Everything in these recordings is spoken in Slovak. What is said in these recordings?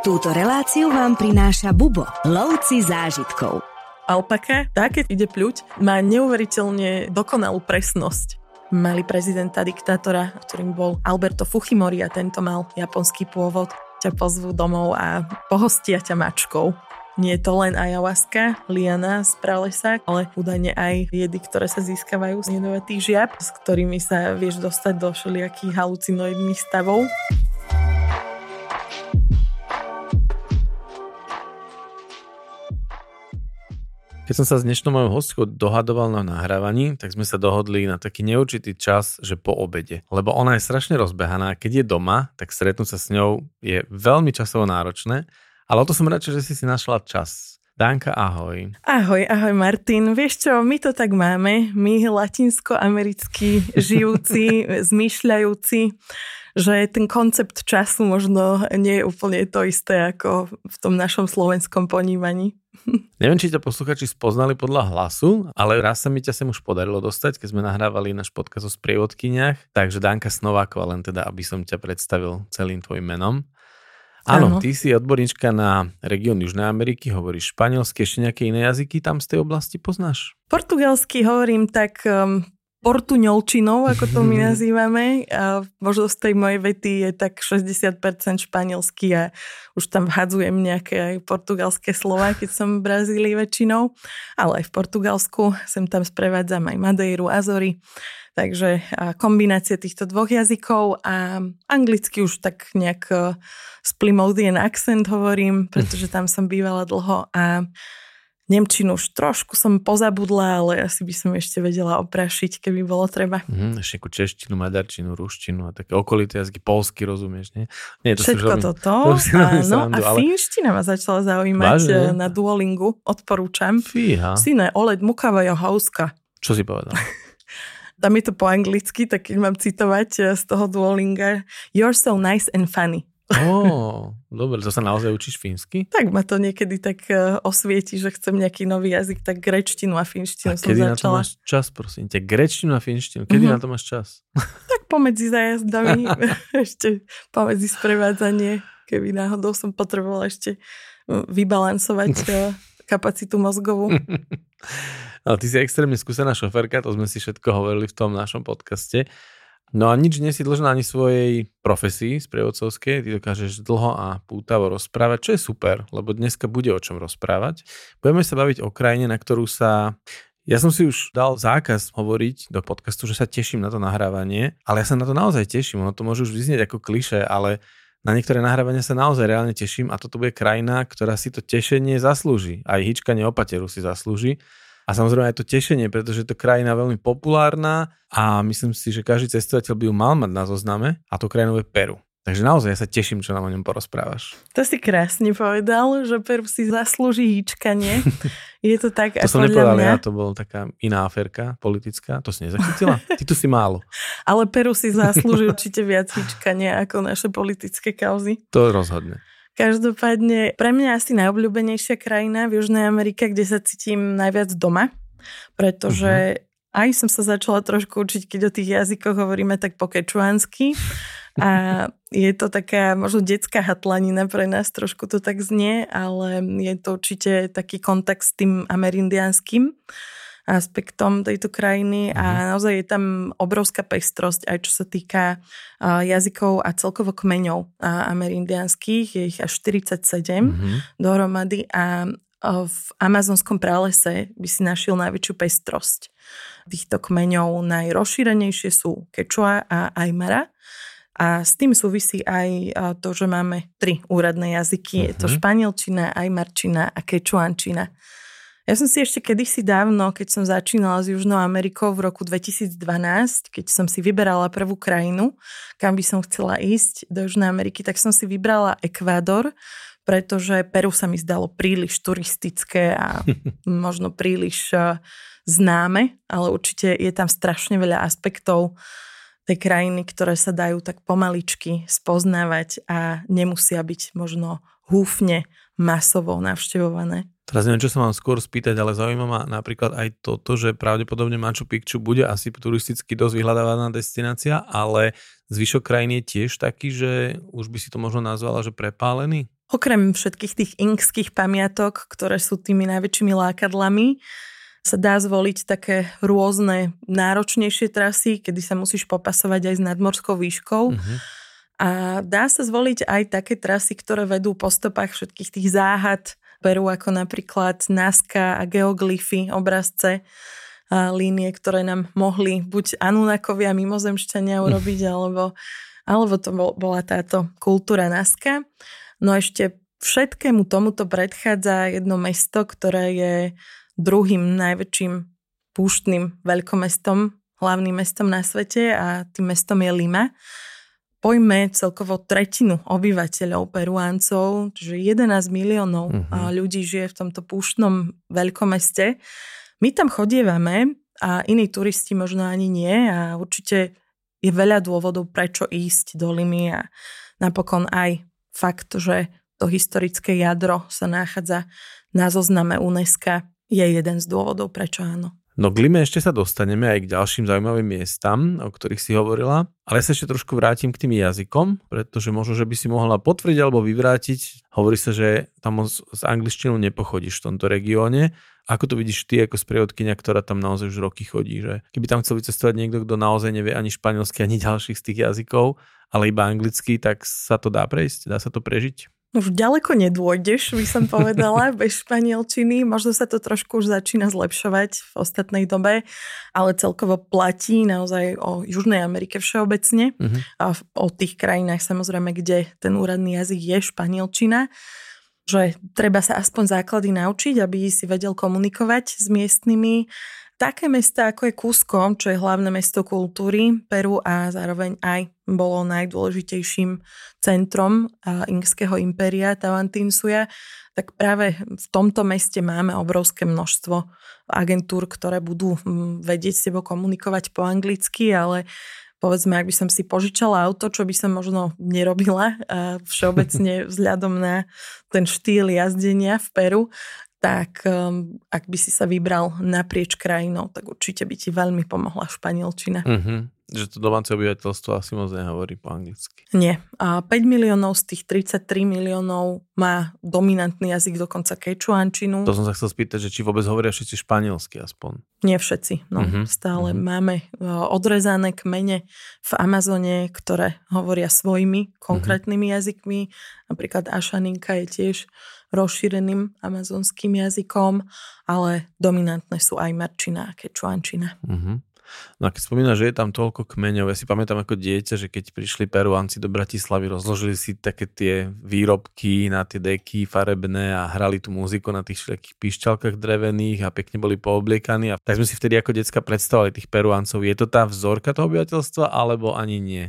Túto reláciu vám prináša Bubo, lovci zážitkov. Alpaka, tá keď ide pľuť, má neuveriteľne dokonalú presnosť. Mali prezidenta, diktátora, ktorým bol Alberto Fujimori a tento mal japonský pôvod. Ťa pozvú domov a pohostia ťa mačkou. Nie je to len ayahuasca, liana z pralesa, ale údajne aj jedy, ktoré sa získavajú z jedovatých žiab, s ktorými sa vieš dostať do všelijakých halucinoidných stavov. Keď som sa s dnešnou mojou hostkou dohadoval na nahrávaní, tak sme sa dohodli na taký neurčitý čas, že po obede. Lebo ona je strašne rozbehaná, keď je doma, tak stretnúť sa s ňou je veľmi časovo náročné, ale o to som radšej, že si našla čas. Danka, ahoj. Ahoj Martin. Vieš čo, my to tak máme, my latinsko-americky žijúci, zmýšľajúci, že ten koncept času možno nie je úplne to isté ako v tom našom slovenskom ponímaní. Neviem, či ťa posluchači spoznali podľa hlasu, ale raz sa mi ťa sem už podarilo dostať, keď sme nahrávali náš podcast o sprievodkyniach. Takže Danka Snováková, len teda, aby som ťa predstavil celým tvojim menom. Áno, ty si odborníčka na región Južnej Ameriky, hovoríš španielsky, ešte nejaké iné jazyky tam z tej oblasti poznáš? Portugalsky hovorím tak portuňolčinou, ako to my nazývame. A možno z tej mojej vety je tak 60% španielsky a už tam vhadzujem nejaké aj portugalské slova, keď som v Brazílii väčšinou. Ale aj v Portugalsku sem tam sprevádzam aj Madeiru, Azory. Takže kombinácia týchto dvoch jazykov a anglicky už tak nejak s Plymouthian accent hovorím, pretože tam som bývala dlho a nemčinu už trošku som pozabudla, ale asi by som ešte vedela oprašiť, keby bolo treba. Ešte nejakú češtinu, maďarčinu, ruštinu a také okolité jazyky, polsky, rozumieš, nie? Nie, to všetko toto. Áno, a finština ma začala zaujímať. Vážne? Na Duolingu. Odporúčam. Fíha. Sine, oled mukavaja hauska. Čo si povedal? Tam je to po anglicky, tak keď mám citovať z toho Duolinga. You're so nice and funny. Dobre, to sa naozaj učíš fínsky? Tak ma to niekedy tak osvieti, že chcem nejaký nový jazyk, tak gréčtinu a finštinu som začala. Kedy na to máš čas, prosím ťa? Gréčtinu a finštinu, kedy na to máš čas? Tak pomedzi zájazdami, ešte pomedzi sprevádzanie, keby náhodou som potrebovala ešte vybalansovať kapacitu mozgovú. Ale ty si extrémne skúsená šoférka, to sme si všetko hovorili v tom našom podcaste. No a nič nie si dlžná ani svojej profesii sprievodcovskej, ty dokážeš dlho a pútavo rozprávať, čo je super, lebo dneska bude o čom rozprávať. Budeme sa baviť o krajine, na ktorú sa... Ja som si už dal zákaz hovoriť do podcastu, že sa teším na to nahrávanie, ale ja sa na to naozaj teším, ono to môže už vyznieť ako klišé, ale na niektoré nahrávania sa naozaj reálne teším a toto bude krajina, ktorá si to tešenie zaslúži. Aj hýčkanie opateru si zaslúži. A samozrejme aj to tešenie, pretože je to krajina veľmi populárna a myslím si, že každý cestovateľ by ju mal mať na zozname a to krajinou je Peru. Takže naozaj ja sa teším, čo nám o ňom porozprávaš. To si krásne povedal, že Peru si zaslúži hýčkanie. Je to tak, to som nepovedal ja, to bola taká iná aférka politická. To si nezachytila? Ty tu si málo. Ale Peru si zaslúži určite viac hýčkania ako naše politické kauzy. To rozhodne. Každopádne, pre mňa asi najobľúbenejšia krajina v Južnej Amerike, kde sa cítim najviac doma, pretože aj som sa začala trošku učiť, keď o tých jazykoch hovoríme tak po kečuánsky a je to taká možno detská hatlanina pre nás, trošku to tak znie, ale je to určite taký kontakt s tým amerindiánskym aspektom tejto krajiny a naozaj je tam obrovská pestrosť, aj čo sa týka jazykov a celkovo kmeňov amerindiánskych, je ich až 47 dohromady a v amazonskom pralese by si našiel najväčšiu pestrosť týchto kmeňov. Najrozšírenejšie sú Quechua a Aymara a s tým súvisí aj to, že máme 3 úradné jazyky. Je to španielčina, ajmarčina a quechuančina. Ja som si ešte kedysi dávno, keď som začínala s Južnou Amerikou v roku 2012, keď som si vyberala prvú krajinu, kam by som chcela ísť do Južnej Ameriky, tak som si vybrala Ekvádor, pretože Peru sa mi zdalo príliš turistické a možno príliš známe, ale určite je tam strašne veľa aspektov tej krajiny, ktoré sa dajú tak pomaličky spoznávať a nemusia byť možno húfne masovo navštevované. Teraz neviem, čo sa mám skôr spýtať, ale zaujíma ma napríklad aj toto, že pravdepodobne Machu Picchu bude asi turisticky dosť vyhľadávaná destinácia, ale zvyšok krajiny je tiež taký, že už by si to možno nazvala, že prepálený? Okrem všetkých tých inkských pamiatok, ktoré sú tými najväčšími lákadlami, sa dá zvoliť také rôzne náročnejšie trasy, kedy sa musíš popasovať aj s nadmorskou výškou. A dá sa zvoliť aj také trasy, ktoré vedú po stopách všetkých tých záhad Peru, ako napríklad Nazca a geoglyfy, obrazce, a línie, ktoré nám mohli buď Anunnakovia, mimozemšťania urobiť, alebo to bola táto kultúra Nazca. No ešte všetkému tomuto predchádza jedno mesto, ktoré je druhým najväčším púštnym veľkomestom, hlavným mestom na svete, a tým mestom je Lima. Pojme celkovo tretinu obyvateľov Peruáncov, čiže 11 miliónov ľudí žije v tomto púštnom veľkomeste. My tam chodievame a iní turisti možno ani nie, a určite je veľa dôvodov, prečo ísť do Limy, a napokon aj fakt, že to historické jadro sa nachádza na zozname UNESCO, je jeden z dôvodov, prečo áno. No k Lime ešte sa dostaneme aj k ďalším zaujímavým miestam, o ktorých si hovorila, ale ja sa ešte trošku vrátim k tým jazykom, pretože možno, že by si mohla potvrdiť alebo vyvrátiť. Hovorí sa, že tam z angličtinu nepochodíš v tomto regióne. Ako to vidíš ty ako sprievodkyňa, ktorá tam naozaj už roky chodí? Že keby tam chcel vycestovať niekto, kto naozaj nevie ani španielsky, ani ďalších z tých jazykov, ale iba anglicky, tak sa to dá prejsť? Dá sa to prežiť? Už ďaleko nedôjdeš, by som povedala, bez španielčiny. Možno sa to trošku už začína zlepšovať v ostatnej dobe, ale celkovo platí naozaj o Južnej Amerike všeobecne a o tých krajinách samozrejme, kde ten úradný jazyk je španielčina, že treba sa aspoň základy naučiť, aby si vedel komunikovať s miestnymi. Také mesta, ako je Cusco, čo je hlavné mesto kultúry Peru a zároveň aj bolo najdôležitejším centrom inkského impéria Tawantinsuya, tak práve v tomto meste máme obrovské množstvo agentúr, ktoré budú vedieť s tebou komunikovať po anglicky, ale povedzme, ak by som si požičala auto, čo by som možno nerobila všeobecne vzhľadom na ten štýl jazdenia v Peru, tak ak by si sa vybral naprieč krajinou, tak určite by ti veľmi pomohla španielčina. Že to domáce obyvateľstvo asi moc nehovorí po anglicky. Nie. A 5 miliónov z tých 33 miliónov má dominantný jazyk dokonca kečuančinu. To som sa chcel spýtať, že či vôbec hovoria všetci španielsky aspoň. Nie všetci. No, stále máme odrezané kmene v Amazone, ktoré hovoria svojimi konkrétnymi jazykmi. Napríklad Ašaninka je tiež rozšíreným amazonským jazykom, ale dominantné sú aj merčina a kečuančina. No a keď spomínaš, že je tam toľko kmeňov, ja si pamätám ako dieťa, že keď prišli Peruánci do Bratislavy, rozložili si také tie výrobky na tie deky farebné a hrali tú muziku na tých všetkých píšťalkách drevených a pekne boli poobliekaní. A tak sme si vtedy ako decka predstavovali tých Peruáncov. Je to tá vzorka toho obyvateľstva, alebo ani nie?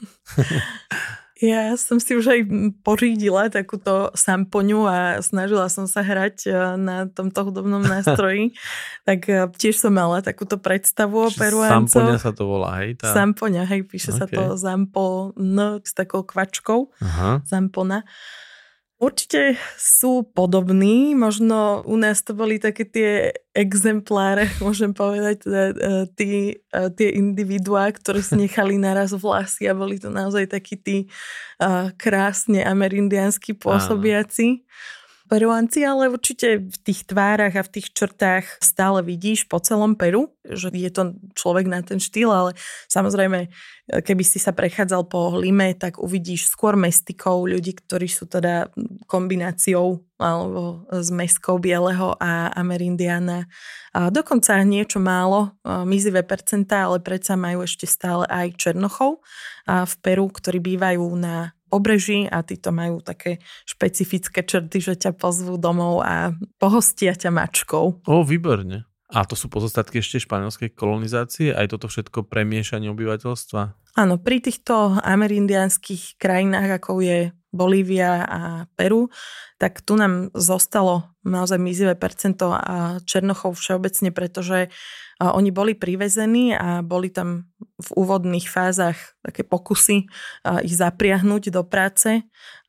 Ja som si už aj pořídila takúto sampoňu a snažila som sa hrať na tomto hudobnom nástroji. Tak tiež som mala takúto predstavu o Peruáncoch. Sampoňa sa to volá, hej? Sampoňa, hej, píše sa to zampon s takou kvačkou. Zampona. Určite sú podobní, možno u nás to boli také tie exempláre, môžem povedať, tie individuá, ktoré si nechali naraz vlasy a boli to naozaj takí tí krásne amerindiánsky pôsobiaci Peruánci, ale určite v tých tvárach a v tých črtách stále vidíš po celom Peru, že je to človek na ten štýl, ale samozrejme, keby si sa prechádzal po Lime, tak uvidíš skôr mestikov, ľudí, ktorí sú teda kombináciou alebo zmeskou bieleho a amerindiána. A dokonca niečo málo, mizivé percentá, ale predsa majú ešte stále aj černochov v Peru, ktorí bývajú na pobreží a títo majú také špecifické črty, že ťa pozvú domov a pohostia ťa mačkou. Výborne. A to sú pozostatky ešte španielskej kolonizácie? Aj toto všetko premiešanie obyvateľstva? Áno, pri týchto amerindiánskych krajinách, ako je Bolívia a Peru, tak tu nám zostalo naozaj mizivé percento a černochov všeobecne, pretože oni boli privezení a boli tam v úvodných fázach také pokusy ich zapriahnuť do práce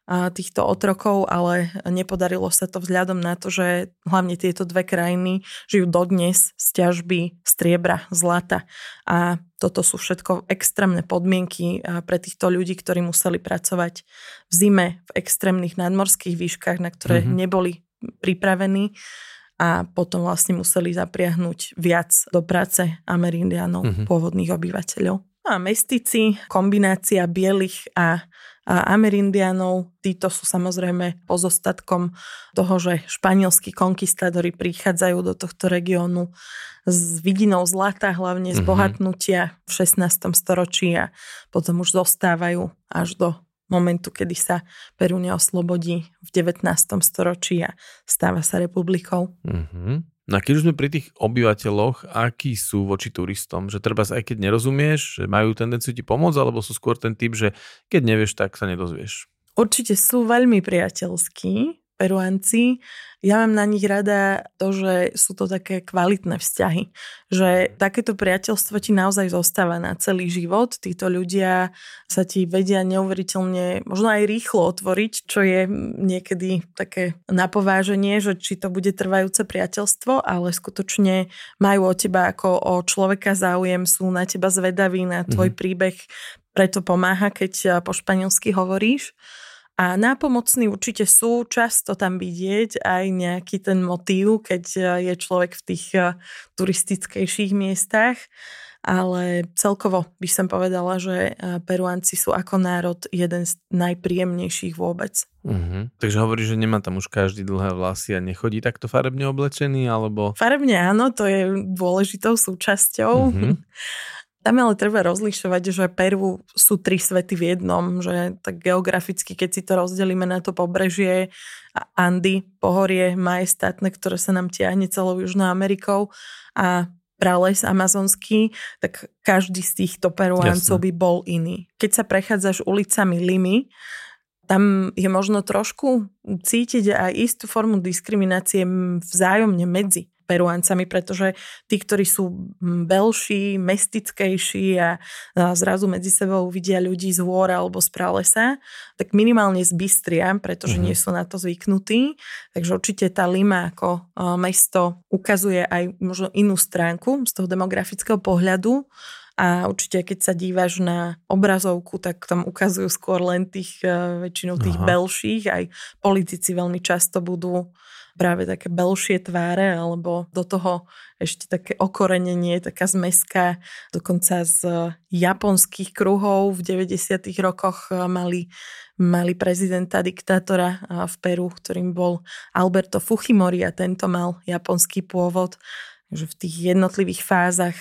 týchto otrokov, ale nepodarilo sa to vzhľadom na to, že hlavne tieto dve krajiny žijú dodnes z ťažby striebra, zlata. A toto sú všetko extrémne podmienky pre týchto ľudí, ktorí museli pracovať v zime v extrémnych nadmorských výškach, na ktoré neboli pripravení a potom vlastne museli zapriahnuť viac do práce Amerindiánov, pôvodných obyvateľov. A mestici, kombinácia bielých a Amerindiánov, títo sú samozrejme pozostatkom toho, že španielskí konkistádori prichádzajú do tohto regiónu s vidinou zlata, hlavne z bohatnutia v 16. storočí a potom už zostávajú až do momentu, kedy sa Peru neoslobodí v 19. storočí a stáva sa republikou. No a keď už sme pri tých obyvateľoch, akí sú voči turistom? Že treba aj keď nerozumieš, že majú tendenciu ti pomôcť, alebo sú skôr ten typ, že keď nevieš, tak sa nedozvieš? Určite sú veľmi priateľskí Peruánci. Ja mám na nich rada to, že sú to také kvalitné vzťahy. Že takéto priateľstvo ti naozaj zostáva na celý život. Títo ľudia sa ti vedia neuveriteľne, možno aj rýchlo otvoriť, čo je niekedy také napováženie, že či to bude trvajúce priateľstvo, ale skutočne majú o teba ako o človeka záujem, sú na teba zvedaví, na tvoj príbeh, preto pomáha, keď po španielsky hovoríš. A nápomocní určite sú, často tam vidieť aj nejaký ten motív, keď je človek v tých turistickejších miestach, ale celkovo by som povedala, že Peruánci sú ako národ jeden z najpríjemnejších vôbec. Takže hovoríš, že nemá tam už každý dlhé vlasy a nechodí takto farebne oblečený, alebo... Farebne áno, to je dôležitou súčasťou. Tam ale treba rozlišovať, že Peru sú 3 svety v jednom, že tak geograficky, keď si to rozdelíme na to pobrežie Andy, pohorie majestátne, ktoré sa nám tiahne celou Južnou Amerikou a prales amazonský, tak každý z týchto Peruáncov by bol iný. Keď sa prechádzaš ulicami Limy, tam je možno trošku cítiť aj istú formu diskriminácie vzájomne medzi Peruáncami, pretože tí, ktorí sú belší, mestickejší a zrazu medzi sebou vidia ľudí z hôr alebo z pralesa, tak minimálne zbystria, pretože nie sú na to zvyknutí. Takže určite tá Lima ako mesto ukazuje aj možno inú stránku z toho demografického pohľadu. A určite, keď sa dívaš na obrazovku, tak tam ukazujú skôr len tých väčšinou tých belších. Aj politici veľmi často budú práve také belšie tváre, alebo do toho ešte také okorenenie, taká zmeska. Dokonca z japonských kruhov v 90. rokoch mali prezidenta, diktátora v Peru, ktorým bol Alberto Fujimori a tento mal japonský pôvod. Takže v tých jednotlivých fázach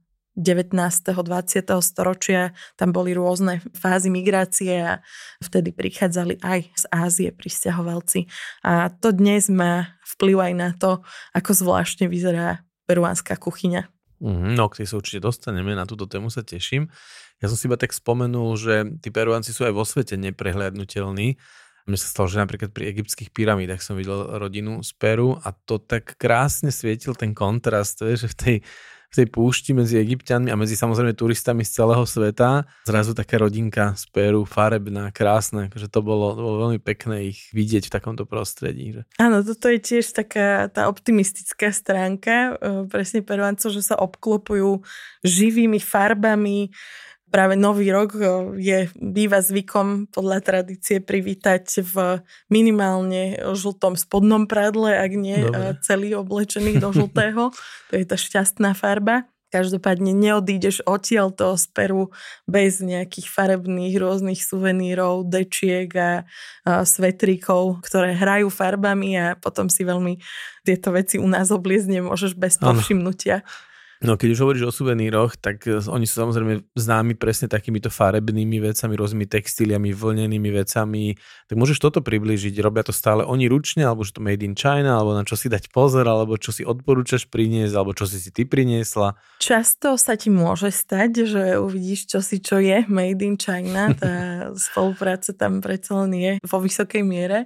19. 20. storočia tam boli rôzne fázy migrácie a vtedy prichádzali aj z Ázie prisťahovalci. A to dnes má vplyv aj na to, ako zvláštne vyzerá peruánska kuchyňa. No, k tej sa určite dostaneme, na túto tému sa teším. Ja som si iba tak spomenul, že tí Peruánci sú aj vo svete neprehliadnutelní. Mne sa stalo, že napríklad pri egyptských pyramídach som videl rodinu z Peru a to tak krásne svietil ten kontrast, že v tej púšti medzi Egypťanmi a medzi samozrejme turistami z celého sveta zrazu taká rodinka z Peru, farebná, krásna, že to bolo veľmi pekné ich vidieť v takomto prostredí. Že... Áno, toto je tiež taká tá optimistická stránka presne Peruáncov, že sa obklopujú živými farbami. Práve Nový rok býva zvykom podľa tradície privítať v minimálne žltom spodnom prádle, ak nie celý oblečený do žltého. To je tá šťastná farba. Každopádne neodídeš odtiaľto z Peru bez nejakých farebných rôznych suvenírov, dečiek a svetríkov, ktoré hrajú farbami a potom si veľmi tieto veci u nás obliezne môžeš bez povšimnutia. No keď už hovoríš o suveníroch, tak oni sú samozrejme známi presne takýmito farebnými vecami, rôznymi textíliami, vlnenými vecami. Tak môžeš toto priblížiť? Robia to stále oni ručne, alebo že to made in China, alebo na čo si dať pozor, alebo čo si odporúčaš priniesť, alebo čo si ty priniesla? Často sa ti môže stať, že uvidíš čo je made in China. Tá spolupráca tam predsa len je vo vysokej miere.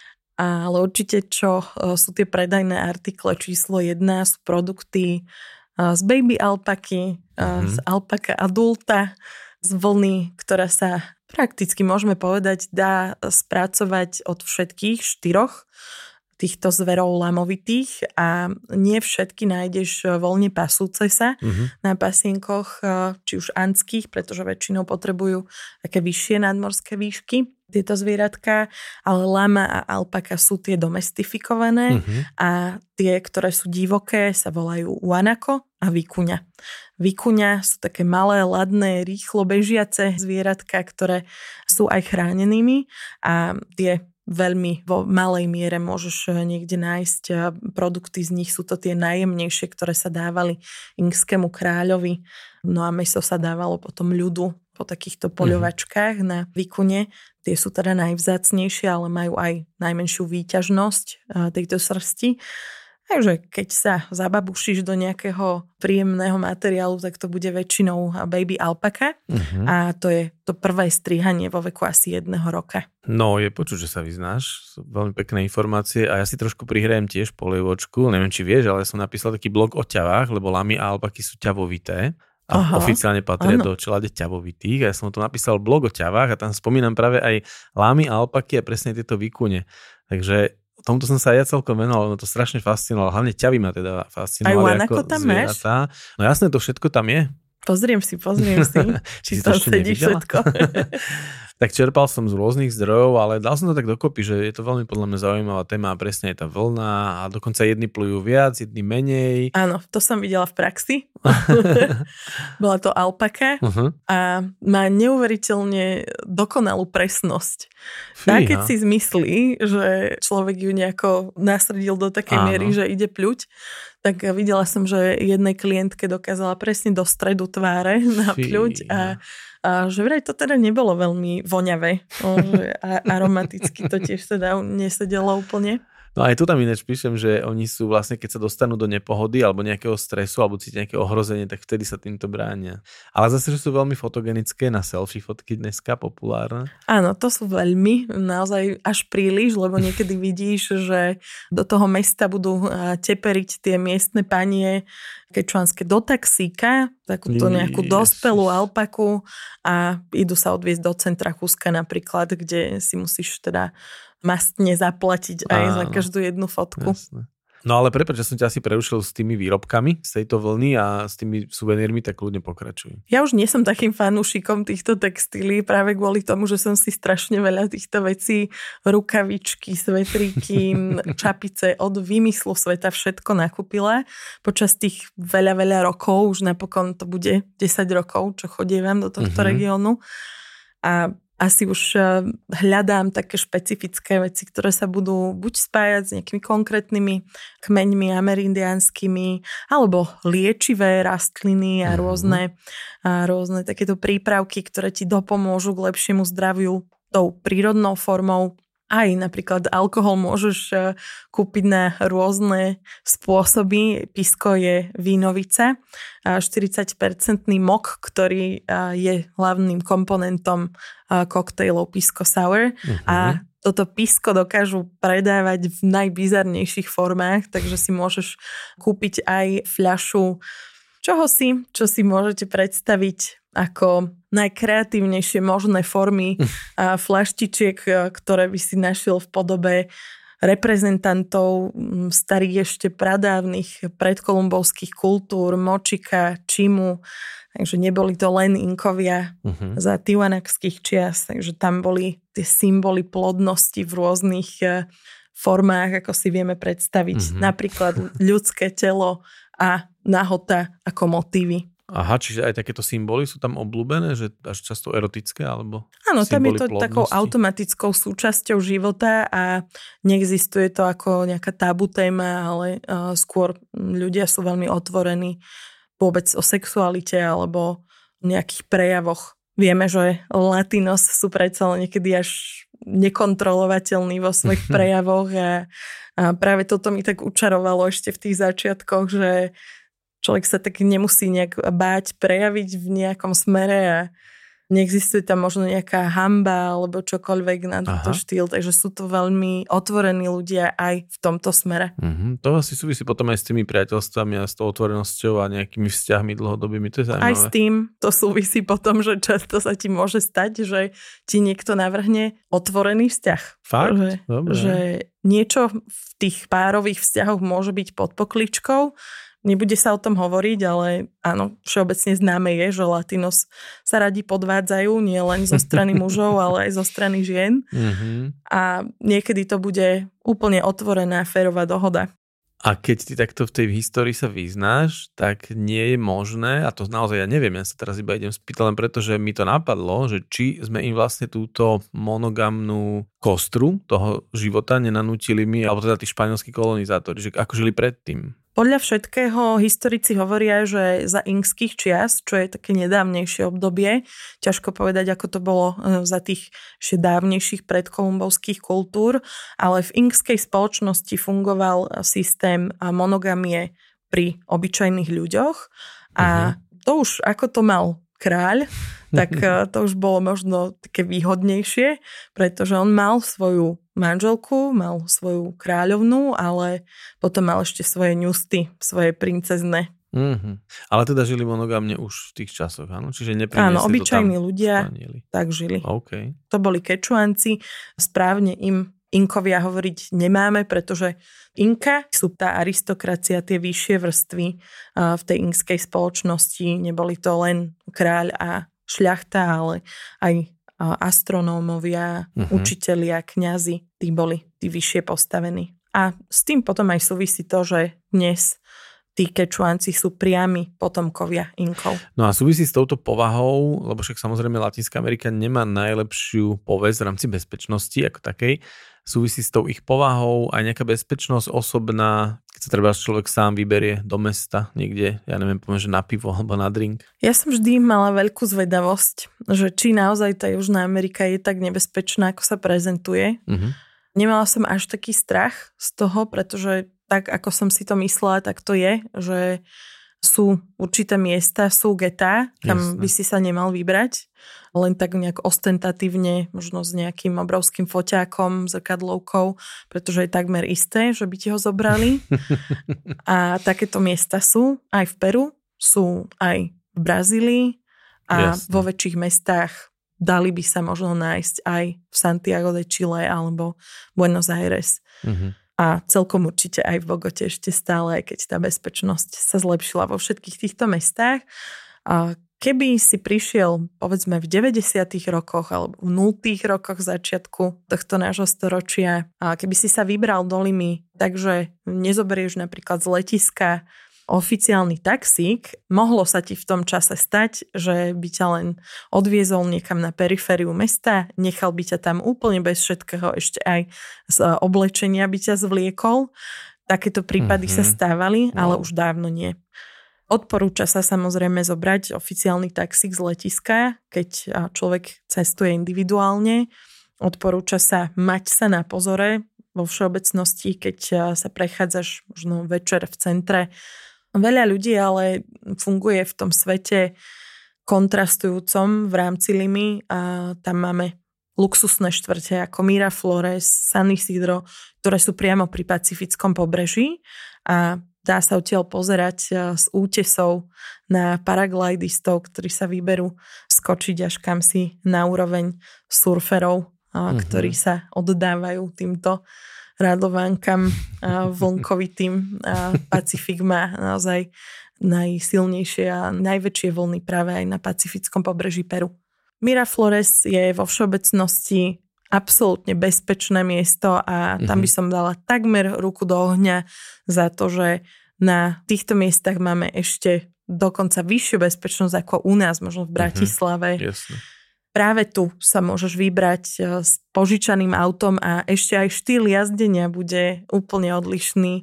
Ale určite čo sú tie predajné artikle číslo 1, sú produkty z baby alpaky, z alpaka adulta, z vlny, ktorá sa Prakticky môžeme povedať, dá spracovať od všetkých 4 týchto zverov lamovitých a nie všetky nájdeš voľne pasúce sa na pasienkoch, či už andských, pretože väčšinou potrebujú také vyššie nadmorské výšky tieto zvieratka, ale lama a alpaka sú tie domestifikované a tie, ktoré sú divoké, sa volajú guanaco a vikuňa. Vikuňa sú také malé, ladné, rýchlo bežiace zvieratka, ktoré sú aj chránenými a tie veľmi vo malej miere môžeš niekde nájsť produkty, z nich sú to tie najjemnejšie, ktoré sa dávali inkskému kráľovi. No a mäso sa dávalo potom ľudu po takýchto poľovačkách na vikune. Tie sú teda najvzácnejšie, ale majú aj najmenšiu výťažnosť tejto srsti. Takže keď sa zababušíš do nejakého príjemného materiálu, tak to bude väčšinou baby alpaka a to je to prvé strihanie vo veku asi 1 roka. No, je počuť, že sa vyznáš. Sú veľmi pekné informácie a ja si trošku prihrajem tiež polievočku. Neviem, či vieš, ale som napísal taký blog o ťavách, lebo lamy a alpaky sú ťavovité a oficiálne patria do čelade ťavovitých. A ja som to napísal blog o ťavách a tam spomínam práve aj lamy a alpaky a presne tieto vikune. Takže tomuto som sa ja celkom venoval, no to strašne fascinovalo. Hlavne ťavy ma teda fascinovali ako zvieratá. No jasné, to všetko tam je. Pozriem si. Či to sedí všetko. Tak čerpal som z rôznych zdrojov, ale dal som to tak dokopy, že je to veľmi podľa mňa zaujímavá téma a presne je tá vlna a dokonca jedni plujú viac, jedni menej. Áno, to som videla v praxi. Bola to alpaka a má neuveriteľne dokonalú presnosť. Tak keď si zmyslí, že človek ju nejako nasrdil do takej miery, že ide pľuť, tak videla som, že jednej klientke dokázala presne do stredu tváre napľuť a že vraj to teda nebolo veľmi voňavé. A aromaticky to tiež teda nesedelo úplne. No aj tu tam ináč píšem, že oni sú vlastne, keď sa dostanú do nepohody alebo nejakého stresu alebo cítia nejaké ohrozenie, tak vtedy sa týmto bránia. Ale zase, že sú veľmi fotogenické na selfie fotky dneska populárne. Áno, to sú veľmi, naozaj až príliš, lebo niekedy vidíš, že do toho mesta budú teperiť tie miestne panie kečuanské do taxíka, takúto nejakú dospelú alpaku a idú sa odviezť do centra Chuska napríklad, kde si musíš teda mastne zaplatiť aj za každú jednu fotku. Jasne. No ale prepáč, že som ťa asi prerušil s tými výrobkami z tejto vlny a s tými suvenírmi, tak ľudia pokračujú. Ja už nie som takým fanúšikom týchto textílií práve kvôli tomu, že som si strašne veľa týchto vecí, rukavičky, svetríky, čapice od výmyslu sveta všetko nakúpila. Počas tých veľa rokov, už napokon to bude 10 rokov, čo chodievam do tohto regiónu. A asi už hľadám také špecifické veci, ktoré sa budú buď spájať s nejakými konkrétnymi kmeňmi amerindiánskymi, alebo liečivé rastliny a rôzne takéto prípravky, ktoré ti dopomôžu k lepšiemu zdraviu tou prírodnou formou. Aj napríklad alkohol môžeš kúpiť na rôzne spôsoby. Pisko je vínovica, 40% mok, ktorý je hlavným komponentom koktejlov Pisco Sour. A toto pisko dokážu predávať v najbizarnejších formách, takže si môžeš kúpiť aj fľašu čo si môžete predstaviť ako najkreatívnejšie možné formy fľaštičiek, ktoré by si našiel v podobe reprezentantov starých ešte pradávnych predkolumbovských kultúr, močika, čimu. Takže neboli to len Inkovia za tiwanakských čias, takže tam boli tie symboly plodnosti v rôznych formách, ako si vieme predstaviť. Napríklad ľudské telo a nahota ako motívy. Aha, čiže aj takéto symboly sú tam obľúbené, že až často erotické, alebo áno, tam je to plodnosti? Takou automatickou súčasťou života a neexistuje to ako nejaká tabu téma, ale skôr ľudia sú veľmi otvorení vôbec o sexualite alebo nejakých prejavoch. Vieme, že latinos sú predsa niekedy až nekontrolovateľní vo svojich prejavoch a práve toto mi tak učarovalo ešte v tých začiatkoch, že človek sa tak nemusí nejak báť prejaviť v nejakom smere a neexistuje tam možno nejaká hanba alebo čokoľvek na tento štýl, takže sú to veľmi otvorení ľudia aj v tomto smere. To asi súvisí potom aj s tými priateľstvami a s tou otvorenosťou a nejakými vzťahmi dlhodobými, to je zaujímavé. Aj s tým to súvisí potom, že často sa ti môže stať, že ti niekto navrhne otvorený vzťah. Fakt? Že niečo v tých párových vzťahoch môže byť pod pokličkou. Nebude sa o tom hovoriť, ale áno, všeobecne známe je, že Latinos sa radi podvádzajú, nie len zo strany mužov, ale aj zo strany žien. A niekedy to bude úplne otvorená, férová dohoda. A keď ty takto v tej histórii sa vyznáš, tak nie je možné, a to naozaj ja neviem, ja sa teraz iba idem spýtať len preto, že mi to napadlo, že či sme im vlastne túto monogamnú kostru toho života nenanútili my, alebo teda tí španielskí kolonizátori, že ako žili predtým. Podľa všetkého historici hovoria, že za inkských čias, čo je také nedávnejšie obdobie, ťažko povedať, ako to bolo za tých dávnejších predkolumbovských kultúr, ale v inkskej spoločnosti fungoval systém monogamie pri obyčajných ľuďoch a to už ako to mal kráľ, tak to už bolo možno také výhodnejšie, pretože on mal svoju manželku, mal svoju kráľovnú, ale potom mal ešte svoje ňusty, svoje princezne. Ale teda žili monogamne už v tých časoch, áno? Čiže áno, obyčajní ľudia tak žili. Okay. To boli Kečuanci, správne im Inkovia hovoriť nemáme, pretože Inka sú tá aristokracia, tie vyššie vrstvy v tej inkskej spoločnosti. Neboli to len kráľ a šľachta, ale aj astronómovia, učitelia, kňazi, tí boli tí vyššie postavení. A s tým potom aj súvisí to, že dnes tí Kečuanci sú priami potomkovia Inkov. No a súvisí s touto povahou, lebo však samozrejme Latinská Amerika nemá najlepšiu povesť v rámci bezpečnosti ako takej. Súvisí s tou ich povahou aj nejaká bezpečnosť osobná, keď sa treba človek sám vyberie do mesta niekde, ja neviem, poviem, že na pivo alebo na drink. Ja som vždy mala veľkú zvedavosť, že či naozaj tá Južná Amerika je tak nebezpečná, ako sa prezentuje. Nemala som až taký strach z toho, pretože tak, ako som si to myslela, tak to je, že sú určité miesta, sú getá, kam by si sa nemal vybrať. Len tak nejak ostentatívne, možno s nejakým obrovským foťákom, zrkadlovkou, pretože je takmer isté, že by ti ho zobrali. A takéto miesta sú aj v Peru, sú aj v Brazílii a vo väčších mestách dali by sa možno nájsť aj v Santiago de Chile alebo Buenos Aires. A celkom určite aj v Bogote ešte stále, keď tá bezpečnosť sa zlepšila vo všetkých týchto mestách. A keby si prišiel, povedzme, v 90. rokoch alebo v 0. rokoch začiatku tohto nášho storočia, a keby si sa vybral do Limy, takže nezoberieš napríklad z letiska oficiálny taxík, mohlo sa ti v tom čase stať, že by ťa len odviezol niekam na perifériu mesta, nechal by ťa tam úplne bez všetkého, ešte aj z oblečenia by ťa zvliekol. Takéto prípady sa stávali, ale už dávno nie. Odporúča sa samozrejme zobrať oficiálny taxík z letiska, keď človek cestuje individuálne. Odporúča sa mať sa na pozore vo všeobecnosti, keď sa prechádzaš možno večer v centre. Veľa ľudí ale funguje v tom svete kontrastujúcom v rámci Limy a tam máme luxusné štvrte ako Miraflores, San Isidro, ktoré sú priamo pri pacifickom pobreží a dá sa odtiaľ pozerať z útesov na paraglidistov, ktorí sa vyberú skočiť až kamsi na úroveň surferov, ktorí sa oddávajú týmto radovánkam vlnkovitým. Pacifik má naozaj najsilnejšie a najväčšie vlny práve aj na pacifickom pobreží Peru. Miraflores je vo všeobecnosti absolútne bezpečné miesto a tam by som dala takmer ruku do ohňa za to, že na týchto miestach máme ešte dokonca vyššiu bezpečnosť ako u nás, možno v Bratislave. Jasne. Práve tu sa môžeš vybrať s požičaným autom a ešte aj štýl jazdenia bude úplne odlišný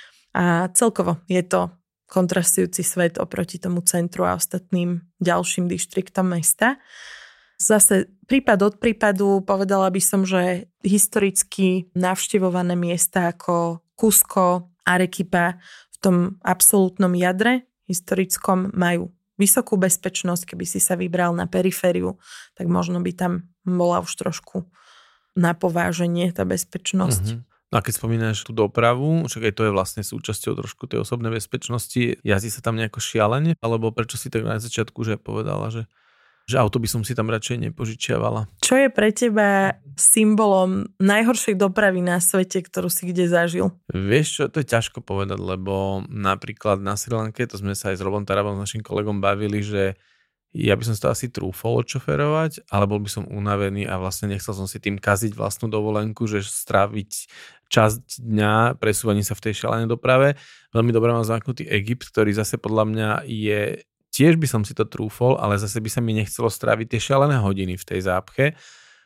a celkovo je to kontrastujúci svet oproti tomu centru a ostatným ďalším dištriktom mesta. Zase prípad od prípadu povedala by som, že historicky navštevované miesta ako Cusco, Arequipa v tom absolútnom jadre historickom majú vysokú bezpečnosť, keby si sa vybral na perifériu, tak možno by tam bola už trošku na pováženie tá bezpečnosť. A keď spomínaš tú dopravu, však aj to je vlastne súčasťou trošku tej osobnej bezpečnosti, jazdí sa tam nejako šialene, alebo prečo si tak na začiatku že povedala, že auto by som si tam radšej nepožičiavala? Čo je pre teba symbolom najhoršej dopravy na svete, ktorú si kde zažil? Vieš čo, to je ťažko povedať, lebo napríklad na Sri Lanke, to sme sa aj s Robom Tarabom, s našim kolegom bavili, že ja by som si to asi trúfol odšoferovať, ale bol by som unavený a vlastne nechcel som si tým kaziť vlastnú dovolenku, že stráviť časť dňa presúvaním sa v tej šalenej doprave. Veľmi dobre mám zvyknutý Egypt, ktorý zase podľa mňa je, tiež by som si to trúfol, ale zase by sa mi nechcelo stráviť tie šalené hodiny v tej zápche.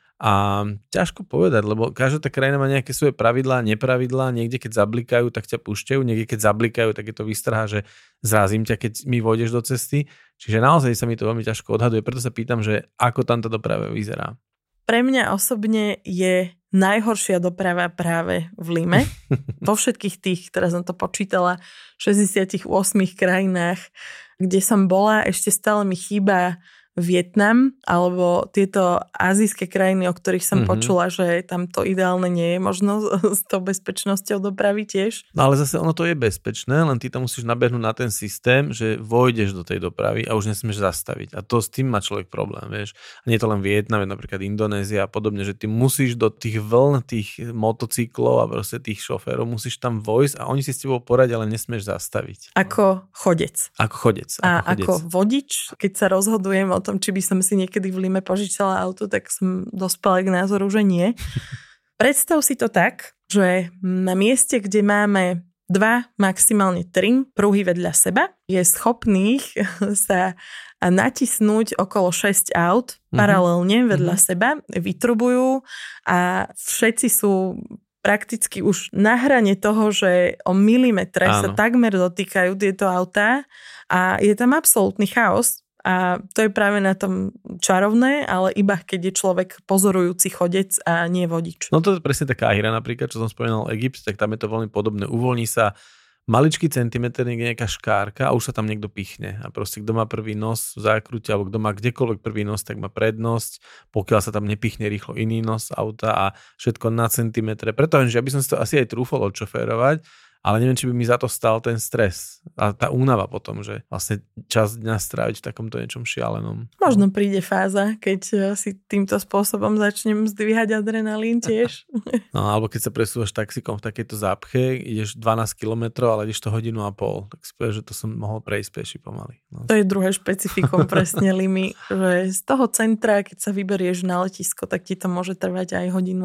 A ťažko povedať, lebo každá tá krajina má nejaké svoje pravidlá, nepravidlá, niekde keď zablikajú, tak ťa púšťajú, niekde keď zablikajú, tak je to výstraha, že zrazím ťa, keď mi vôjdeš do cesty. Čiže naozaj sa mi to veľmi ťažko odhaduje, preto sa pýtam, že ako tam tá doprava vyzerá. Pre mňa osobne je najhoršia doprava práve v Lime. Vo všetkých tých, teraz som to počítala, 68 krajinách, kde som bola, ešte stále mi chýba Vietnam, alebo tieto azijské krajiny, o ktorých som počula, že tam to ideálne nie je možno s tou bezpečnosťou dopravy tiež. No ale zase ono to je bezpečné, len ty tam musíš nabehnúť na ten systém, že vojdeš do tej dopravy a už nesmieš zastaviť. A to s tým má človek problém, vieš. A nie je to len Vietnam, napríklad Indonézia a podobne, že ty musíš do tých vln, tých motocyklov a proste tých šoférov, musíš tam vojsť a oni si s tebou poradia, ale nesmieš zastaviť. Ako chodec. Ako chodec. Ako vodič, keď sa rozhodujem o tom, či by som si niekedy v Lime požičala auto, tak som dospela k názoru, že nie. Predstav si to tak, že na mieste, kde máme 2, maximálne 3 pruhy vedľa seba, je schopných sa natisnúť okolo 6 aut paralelne vedľa seba, vytrubujú a všetci sú prakticky už na hrane toho, že o milimetre sa takmer dotýkajú tieto autá a je tam absolútny chaos. A to je práve na tom čarovné, ale iba keď je človek pozorujúci chodec a nie vodič. No to je presne taká hra napríklad, čo som spomínal Egypt, tak tam je to veľmi podobné. Uvoľní sa maličký centimetr, nejaká škárka a už sa tam niekto pichne. A proste kto má prvý nos v zákrute, alebo kto má kdekoľvek prvý nos, tak má prednosť, pokiaľ sa tam nepichne rýchlo iný nos auta a všetko na centimetre. Preto, že ja by som si to asi aj trúfol odšoférovať, ale neviem, či by mi za to stal ten stres a tá únava potom, že vlastne čas dňa stráviť v takomto niečom šialenom. Možno príde fáza, keď si týmto spôsobom začnem zdvíhať adrenalín tiež. No, alebo keď sa presúvaš taxikom v takejto zápche, ideš 12 km, ale ideš to 1,5 hodiny, tak si povieš, že to som mohol prejsť peši pomaly. No. To je druhé špecifikum presne Limy, že z toho centra, keď sa vyberieš na letisko, tak ti to môže trvať aj 1,5 hodiny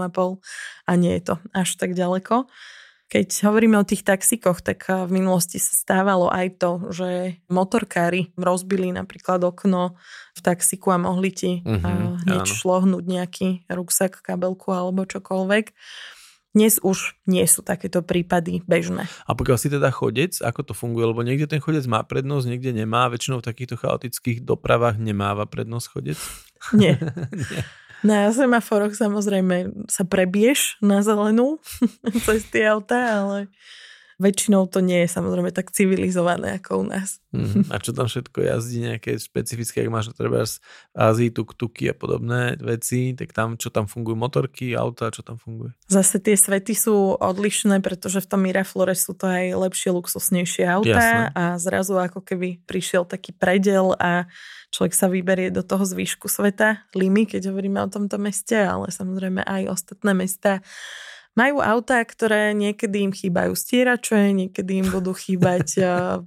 a nie je to až tak ďaleko. Keď hovoríme o tých taxíkoch, tak v minulosti sa stávalo aj to, že motorkári rozbili napríklad okno v taxíku a mohli ti hneď šlohnúť nejaký ruksak, kabelku alebo čokoľvek. Dnes už nie sú takéto prípady bežné. A pokiaľ si teda chodec, ako to funguje? Lebo niekde ten chodec má prednosť, niekde nemá. Väčšinou v takýchto chaotických dopravách nemáva prednosť chodec? Nie. Nie. Na semaforoch samozrejme sa prebiješ na zelenú cez tie autá, ale väčšinou to nie je samozrejme tak civilizované ako u nás. A čo tam všetko jazdí, nejaké špecifické, ak máš treba z Ázii, tuk-tuky a podobné veci, tak tam, čo tam fungujú, motorky, auta, čo tam funguje? Zase tie svety sú odlišné, pretože v tom Miraflore sú to aj lepšie, luxusnejšie autá. Jasné. A zrazu ako keby prišiel taký predel a človek sa vyberie do toho zvýšku sveta, Limy, keď hovoríme o tomto meste, ale samozrejme aj ostatné mestá majú autá, ktoré niekedy im chýbajú stierače, niekedy im budú chýbať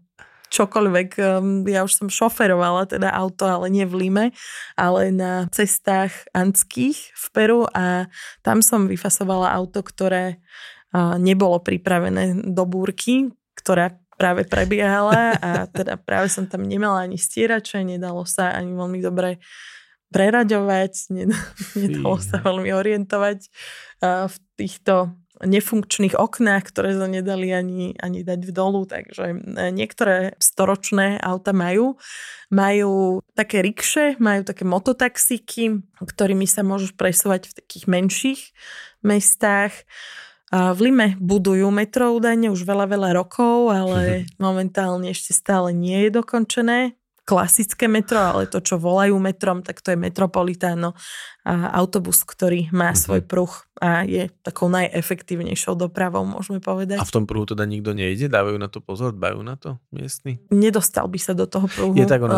čokoľvek. Ja už som šoferovala teda auto, ale nie v Lime, ale na cestách andských v Peru a tam som vyfasovala auto, ktoré nebolo pripravené do búrky, ktorá práve prebiehala a teda práve som tam nemala ani stierače, nedalo sa ani veľmi dobre preraďovať, nedalo sa veľmi orientovať v týchto nefunkčných oknách, ktoré sa nedali ani dať v dolu, takže niektoré storočné auta majú také rikše, majú také mototaxíky, ktorými sa môžeš presúvať v takých menších mestách. V Lime budujú metro údajne už veľa rokov, ale momentálne ešte stále nie je dokončené. klasické metro, ale to, čo volajú metrom, tak to je Metropolitano a autobus, ktorý má svoj pruh a je takou najefektívnejšou dopravou, môžeme povedať. A v tom pruhu teda nikto nejde? Dávajú na to pozor? Dbajú na to miestni? Nedostal by sa do toho pruhu.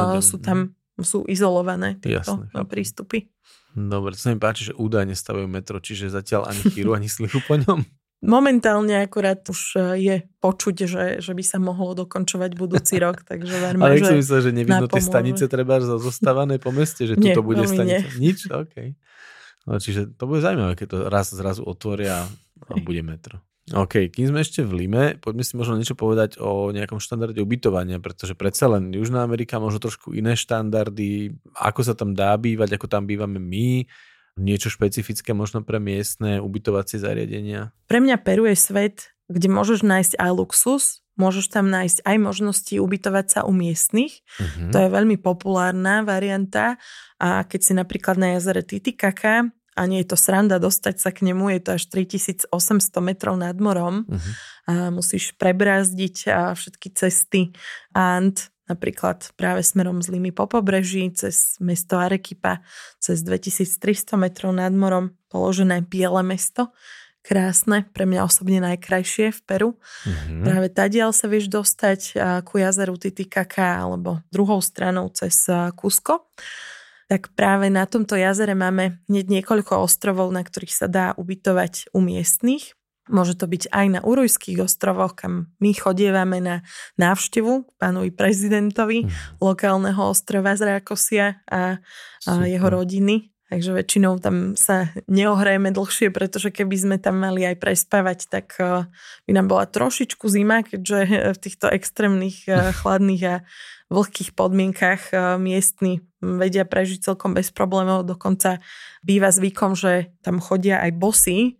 Sú izolované tieto prístupy. Dobre, to sa mi páči, že údajne stavajú metro, čiže zatiaľ ani chýru, ani slychu po ňom. Momentálne akurát už je počuť, že by sa mohlo dokončovať budúci rok, takže verme, ale že som myslel, že nevidno tie stanice treba zostávané po meste, že tuto bude stanica. Nič? OK. No, čiže to bude zaujímavé, keď to zrazu otvoria a bude metro. OK, kým sme ešte v Lime, poďme si možno niečo povedať o nejakom štandarde ubytovania, pretože predsa len Južná Amerika, možno trošku iné štandardy, ako sa tam dá bývať, ako tam bývame my, niečo špecifické možno pre miestne ubytovacie zariadenia. Pre mňa Peru je svet, kde môžeš nájsť aj luxus, môžeš tam nájsť aj možnosti ubytovať sa u miestnych. To je veľmi populárna varianta a keď si napríklad na jazere Titicaca, a nie je to sranda dostať sa k nemu, je to až 3800 metrov nad morom a musíš prebrázdiť všetky cesty And, napríklad práve smerom z Limy po pobreží, cez mesto Arequipa, cez 2300 metrov nad morom, položené biele mesto, krásne, pre mňa osobne najkrajšie v Peru. Práve tadiaľ sa vieš dostať ku jazeru Titicaca alebo druhou stranou cez Cusco. Tak práve na tomto jazere máme niekoľko ostrovov, na ktorých sa dá ubytovať u miestnych. Môže to byť aj na Urujských ostrovoch, kam my chodievame na návštevu pánovi prezidentovi lokálneho ostrova z Rákosia a jeho rodiny. Takže väčšinou tam sa neohrejeme dlhšie, pretože keby sme tam mali aj prespávať, tak by nám bola trošičku zima, keďže v týchto extrémnych chladných a vlhkých podmienkach miestni vedia prežiť celkom bez problémov. Dokonca býva zvykom, že tam chodia aj bosí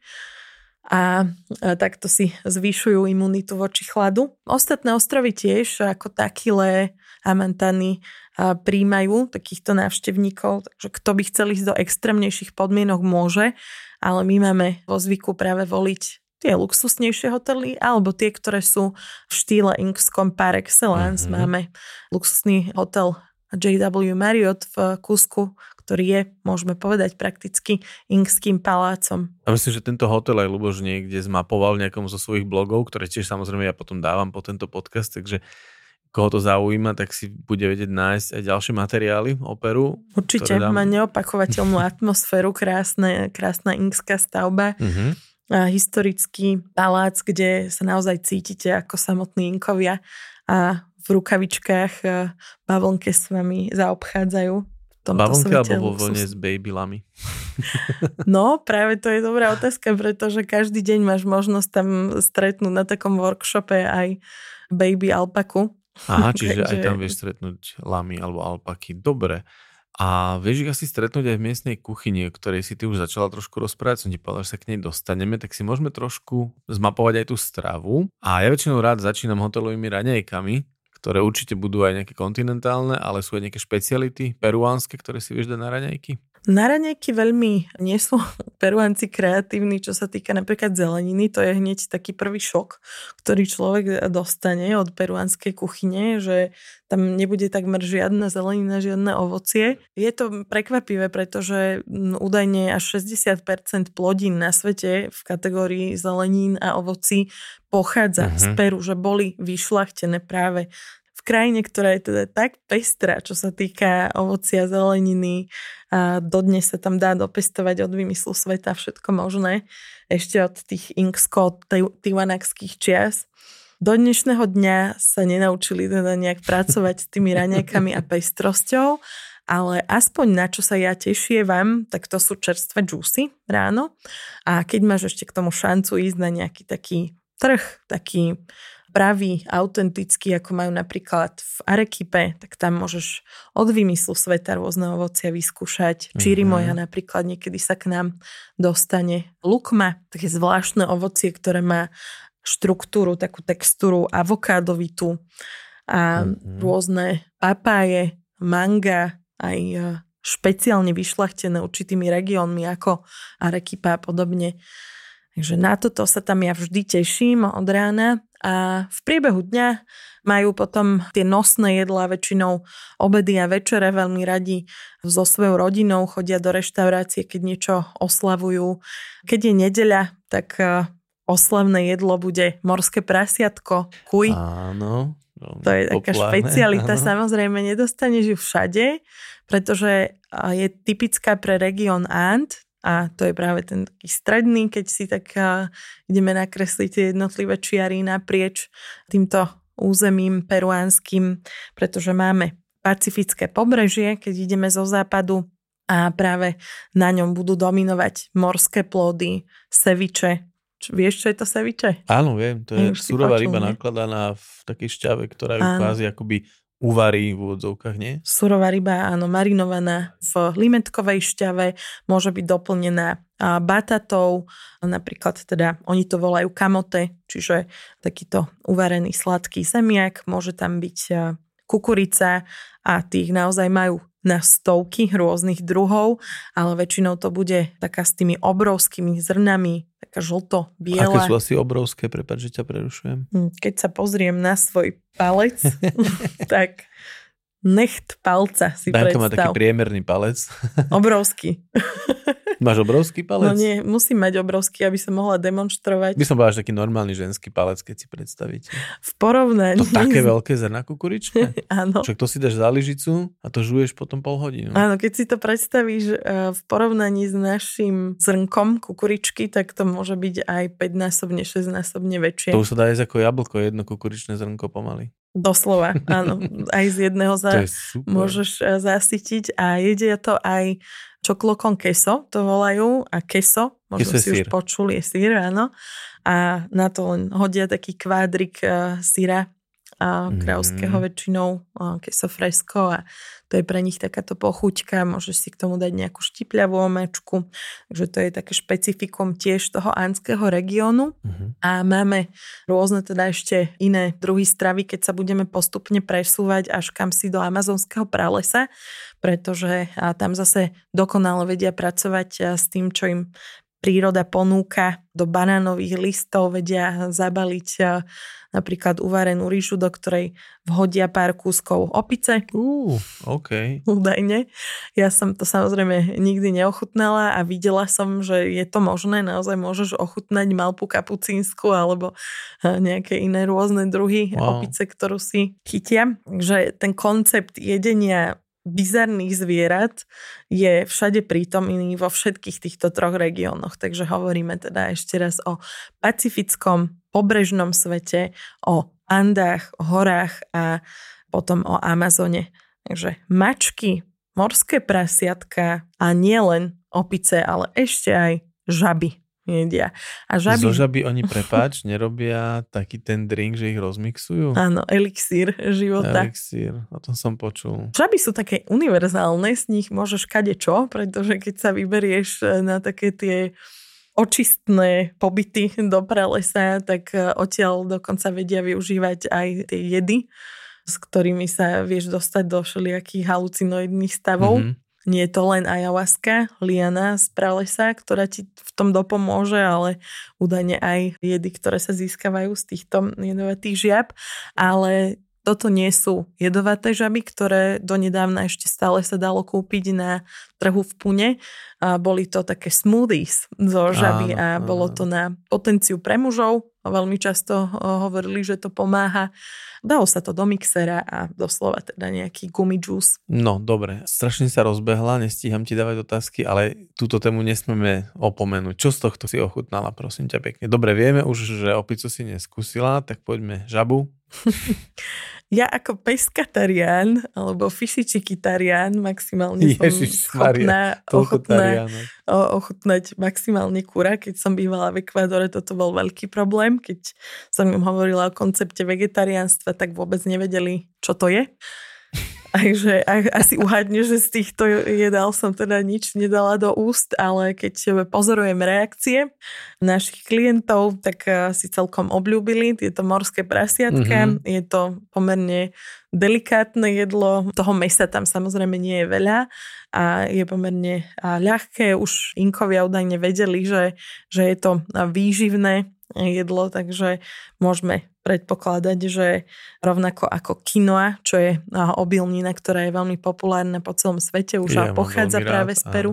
a takto si zvyšujú imunitu voči chladu. Ostatné ostrovy tiež, ako Takile, Amantany, príjmajú takýchto návštevníkov, takže kto by chcel ísť do extrémnejších podmienok môže, ale my máme vo zvyku práve voliť tie luxusnejšie hotely, alebo tie, ktoré sú v štýle inkskom par excellence. Máme luxusný hotel JW Marriott v Cusku, ktorý je, môžeme povedať, prakticky inkským palácom. A myslím, že tento hotel aj Ľuboš niekde zmapoval nejakom zo svojich blogov, ktoré tiež samozrejme ja potom dávam po tento podcast, takže koho to zaujíma, tak si bude vedieť nájsť aj ďalšie materiály o Peru. Určite, má neopakovateľnú atmosféru, krásna inkská stavba. A historický palác, kde sa naozaj cítite ako samotní Inkovia a v rukavičkách bavlnke s vami zaobchádzajú. Bavlnke alebo vo vlne s babylami? No, práve to je dobrá otázka, pretože každý deň máš možnosť tam stretnúť na takom workshope aj baby alpaku. Aha, čiže aj tam vieš stretnúť lamy alebo alpaky. Dobre. A vieš ich asi stretnúť aj v miestnej kuchyni, o ktorej si ty už začala trošku rozprávať, som ti povedal, že sa k nej dostaneme, tak si môžeme trošku zmapovať aj tú stravu. A ja väčšinou rád začínam hotelovými raňajkami, ktoré určite budú aj nejaké kontinentálne, ale sú aj nejaké špeciality peruánske, ktoré si vieš dať na raňajky? Na raňajky veľmi nie sú Peruánci kreatívni, čo sa týka napríklad zeleniny. To je hneď taký prvý šok, ktorý človek dostane od peruánskej kuchyne, že tam nebude takmer žiadna zelenina, žiadne ovocie. Je to prekvapivé, pretože údajne až 60% plodín na svete v kategórii zelenín a ovocí pochádza z Peru, že boli vyšľachtené práve v krajine, ktorá je teda tak pestrá, čo sa týka ovocia, zeleniny a dodnes sa tam dá dopestovať od vymyslu sveta všetko možné, ešte od tých inksko-tiwanakských čias. Do dnešného dňa sa nenaučili teda nejak pracovať s tými raňajkami a pestrosťou, ale aspoň na čo sa ja tešievam, tak to sú čerstvé džúsy ráno a keď máš ešte k tomu šancu ísť na nejaký taký trh, taký pravý, autentický, ako majú napríklad v Arequipe, tak tam môžeš od vymyslu sveta rôzne ovocia vyskúšať. Čirimoja napríklad niekedy sa k nám dostane. Lukma, také zvláštne ovocie, ktoré má štruktúru, takú textúru avokádovitú a rôzne papáje, manga, aj špeciálne vyšľachtené určitými regiónmi ako Arequipa a podobne. Takže na toto sa tam ja vždy teším od rána a v priebehu dňa majú potom tie nosné jedlá, väčšinou obedy a večere veľmi radi so svojou rodinou, chodia do reštaurácie, keď niečo oslavujú. Keď je nedeľa, tak oslavné jedlo bude morské prasiatko, kuj. Áno. To je taká špecialita, samozrejme nedostaneš ju všade, pretože je typická pre región And a to je práve ten taký stredný, keď si tak ideme nakresliť tie jednotlivé čiary naprieč týmto územím peruánskym, pretože máme pacifické pobrežie, keď ideme zo západu a práve na ňom budú dominovať morské plody, ceviche. Vieš, čo je to ceviche? Áno, viem. To je surová ryba nakladaná v takej šťave, ktorá ju kvázi akoby uvarí v úvodzovkách, nie? Surová ryba, áno, marinovaná v limetkovej šťave, môže byť doplnená batatou, napríklad teda, oni to volajú kamote, čiže takýto uvarený sladký zemiak, môže tam byť kukurica a tých naozaj majú na stovky rôznych druhov, ale väčšinou to bude taká s tými obrovskými zrnami, taká žlto-biela. Aké sú asi obrovské, prepáč, že ťa prerušujem? Keď sa pozriem na svoj palec, tak necht palca si Danka predstav. má taký priemerný palec. Obrovský. Máš obrovský palec? No nie, musím mať obrovský, aby som mohla demonštrovať. By som bola až taký normálny ženský palec, keď si predstavíte. V porovnaní. To také veľké zrna kukuričné? Áno. Však to si dáš za lyžicu a to žuješ potom pol hodinu. Áno, keď si to predstavíš v porovnaní s našim zrnkom kukuričky, tak to môže byť aj 5-násobne, 6-násobne väčšie. To už sa dá jesť ako jablko, jedno kukuričné zrnko pomaly. Doslova, áno. Aj z jedného môžeš zasytiť a jedia to aj choclo con queso, to volajú, a queso, možno si už počuli, je sír, áno. A na to len hodia taký kvádrik syra kráľovského väčšinou, queso fresco a to je pre nich takáto pochuťka, môžeš si k tomu dať nejakú štipľavú omáčku, takže to je také špecifikum tiež toho andského regiónu a máme rôzne teda ešte iné druhy stravy, keď sa budeme postupne presúvať až kam si do amazonského pralesa, pretože tam zase dokonale vedia pracovať s tým, čo im príroda ponúka. Do banánových listov vedia zabaliť napríklad uvarenú rýžu, do ktorej vhodia pár kúskov opice. OK. Údajne. Ja som to samozrejme nikdy neochutnala a videla som, že je to možné. Naozaj môžeš ochutnať malpu kapucínsku alebo nejaké iné rôzne druhy opice, ktorú si chytia. Takže ten koncept jedenia bizarných zvierat je všade prítomný vo všetkých týchto troch regiónoch. Takže hovoríme teda ešte raz o pacifickom pobrežnom svete, o Andách, o horách a potom o Amazone. Takže mačky, morské prasiatka a nielen opice, ale ešte aj žaby jedia. A žaby... Zo žaby oni, prepáč, nerobia taký ten drink, že ich rozmixujú? Áno, elixír života. Elixír, o tom som počul. Žaby sú také univerzálne, z nich môžeš kadečo, pretože keď sa vyberieš na také tie očistné pobyty do pralesa, tak odtiaľ dokonca vedia využívať aj tie jedy, s ktorými sa vieš dostať do všelijakých halucinoidných stavov. Nie je to len ayahuasca, liana z pralesa, ktorá ti v tom dopomôže, ale údajne aj jedy, ktoré sa získavajú z týchto jedovatých žiab. Ale toto nie sú jedovaté žaby, ktoré donedávna ešte stále sa dalo kúpiť na trhu v Pune. A boli to také smoothies zo žaby a bolo to na potenciu pre mužov. Veľmi často hovorili, že to pomáha. Dalo sa to do mixera a doslova teda nejaký gummy juice. No, dobre. Strašne sa rozbehla, nestíham ti dávať otázky, ale túto tému nesmieme opomenúť. Čo z tohto si ochutnala, prosím ťa pekne? Dobre, vieme už, že opicu si neskúsila, tak poďme žabu. Ja ako peskatarián alebo fišičikitarián maximálne som schopná ochutnať maximálne kura. Keď som bývala v Ekvádore, toto bol veľký problém. Keď som im hovorila o koncepte vegetariánstva, tak vôbec nevedeli, čo to je. Takže asi uhádne, že z týchto jedál som teda nič nedala do úst, ale keď pozorujem reakcie našich klientov, tak si celkom obľúbili tieto morské prasiatka. Je to pomerne delikátne jedlo. Toho mäsa tam samozrejme nie je veľa a je pomerne ľahké. Už Inkovia údajne vedeli, že je to výživné jedlo, takže môžeme predpokladať, že rovnako ako quinoa, čo je obilnina, ktorá je veľmi populárna po celom svete, už pochádza práve z Peru,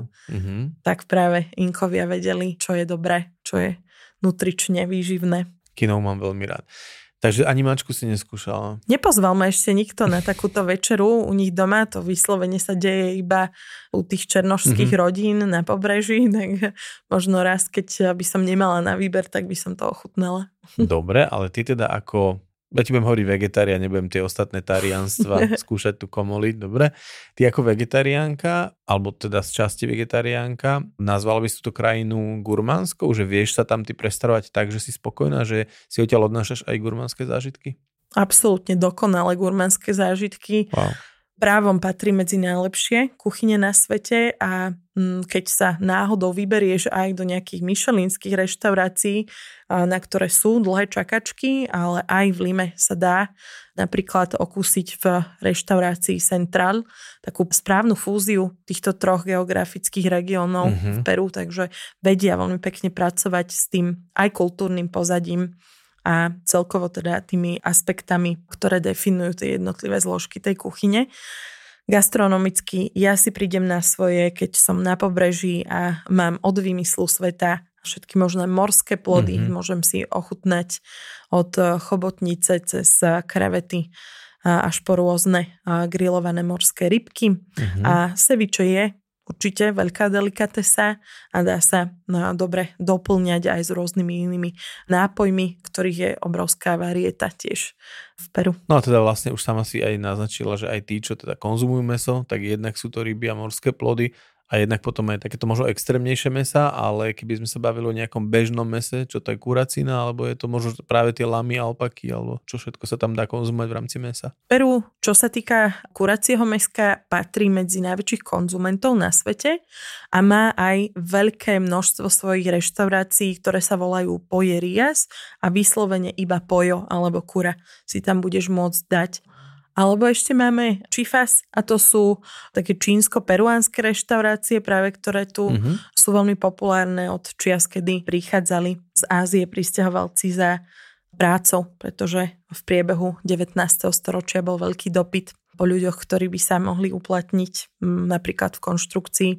tak práve Inkovia vedeli, čo je dobré, čo je nutrične výživné. Quinoa mám veľmi rád. Takže ani mačku si neskúšala? Nepozval ma ešte nikto na takúto večeru u nich doma, to vyslovene sa deje iba u tých černošských rodín na pobreží, tak možno raz, keď by som nemala na výber, tak by som to ochutnala. Dobre, ale ty teda ako, ja ti budem hovoriť vegetarián, nebudem tie ostatné tariánstva skúšať tu komoliť, dobre? Ty ako vegetariánka, alebo teda z časti vegetariánka, nazvala by si túto krajinu gurmánskou, že vieš sa tam ty prestravovať tak, že si spokojná, že si odtiaľ odnášaš aj gurmánske zážitky? Absolútne dokonalé gurmánske zážitky. Wow. Právom patrí medzi najlepšie kuchyne na svete a keď sa náhodou vyberieš aj do nejakých michelinských reštaurácií, na ktoré sú dlhé čakačky, ale aj v Lime sa dá napríklad okúsiť v reštaurácii Central takú správnu fúziu týchto troch geografických regiónov v Peru, takže vedia veľmi pekne pracovať s tým aj kultúrnym pozadím a celkovo teda tými aspektami, ktoré definujú tie jednotlivé zložky tej kuchyne. Gastronomicky ja si prídem na svoje, keď som na pobreží a mám od vymyslu sveta všetky možné morské plody. Môžem si ochutnať od chobotnice cez krevety až po rôzne grillované morské rybky. A ceviche je určite veľká delikatesa a dá sa dobre doplňať aj s rôznymi inými nápojmi, ktorých je obrovská varieta tiež v Peru. No a teda vlastne už sama si aj naznačila, že aj tí, čo teda konzumujú mäso, tak jednak sú to ryby a morské plody a jednak potom aj takéto možno extrémnejšie mäsa, ale keby sme sa bavili o nejakom bežnom mäse, čo to je kuracina, alebo je to možno práve tie lamy, alpaky, alebo čo všetko sa tam dá konzumovať v rámci mäsa? Peru, čo sa týka kuracieho mäska, patrí medzi najväčších konzumentov na svete a má aj veľké množstvo svojich reštaurácií, ktoré sa volajú pollerias a vyslovene iba pollo alebo kura si tam budeš môcť dať. Alebo ešte máme chifas a to sú také čínsko-peruánske reštaurácie, práve ktoré tu sú veľmi populárne od čias, kedy prichádzali z Ázie prisťahovalci za prácou, pretože v priebehu 19. storočia bol veľký dopyt po ľuďoch, ktorí by sa mohli uplatniť napríklad v konštrukcii,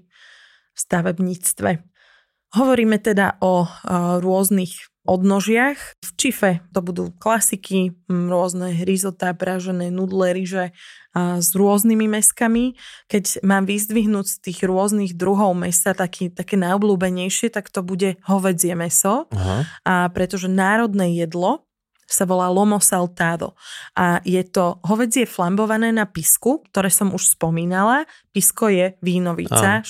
v stavebníctve. Hovoríme teda o rôznych odnožiach. V čife to budú klasiky, rôzne risotá, pražené nudle, ryže s rôznymi mäskami. Keď mám vyzdvihnúť z tých rôznych druhov mäsa také najobľúbenejšie, tak to bude hovädzie mäso. A pretože národné jedlo sa volá lomo saltado. A je to hovädzie flambované na pisku, ktoré som už spomínala. Pisko je vínovica,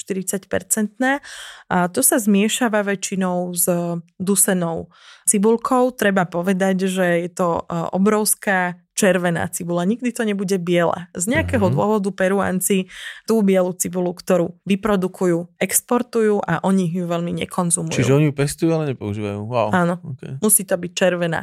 40%. A to sa zmiešava väčšinou s dusenou cibulkou. Treba povedať, že je to obrovská červená cibula. Nikdy to nebude biela. Z nejakého dôvodu Peruánci tú bielu cibulu, ktorú vyprodukujú, exportujú a oni ju veľmi nekonzumujú. Čiže oni ju pestujú, ale nepoužívajú. Wow. Áno, okay. Musí to byť červená,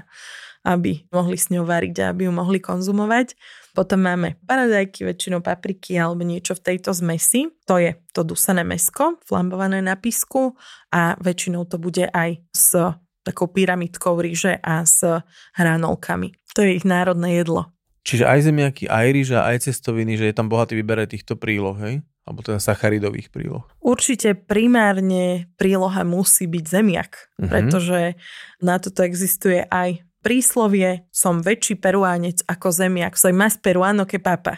aby mohli s ňou variť a aby ju mohli konzumovať. Potom máme paradajky, väčšinou papriky alebo niečo v tejto zmesi. To je to dusené mäsko, flambované na pisku a väčšinou to bude aj s takou pyramidkou ryže a s hranolkami. To je ich národné jedlo. Čiže aj zemiaky, aj ryža, aj cestoviny, že je tam bohatý výber týchto príloh, hej? Alebo teda sacharidových príloh. Určite primárne príloha musí byť zemiak, pretože na toto existuje aj príslovie, som väčší Peruánec ako zemiak. Soy más peruano que papa.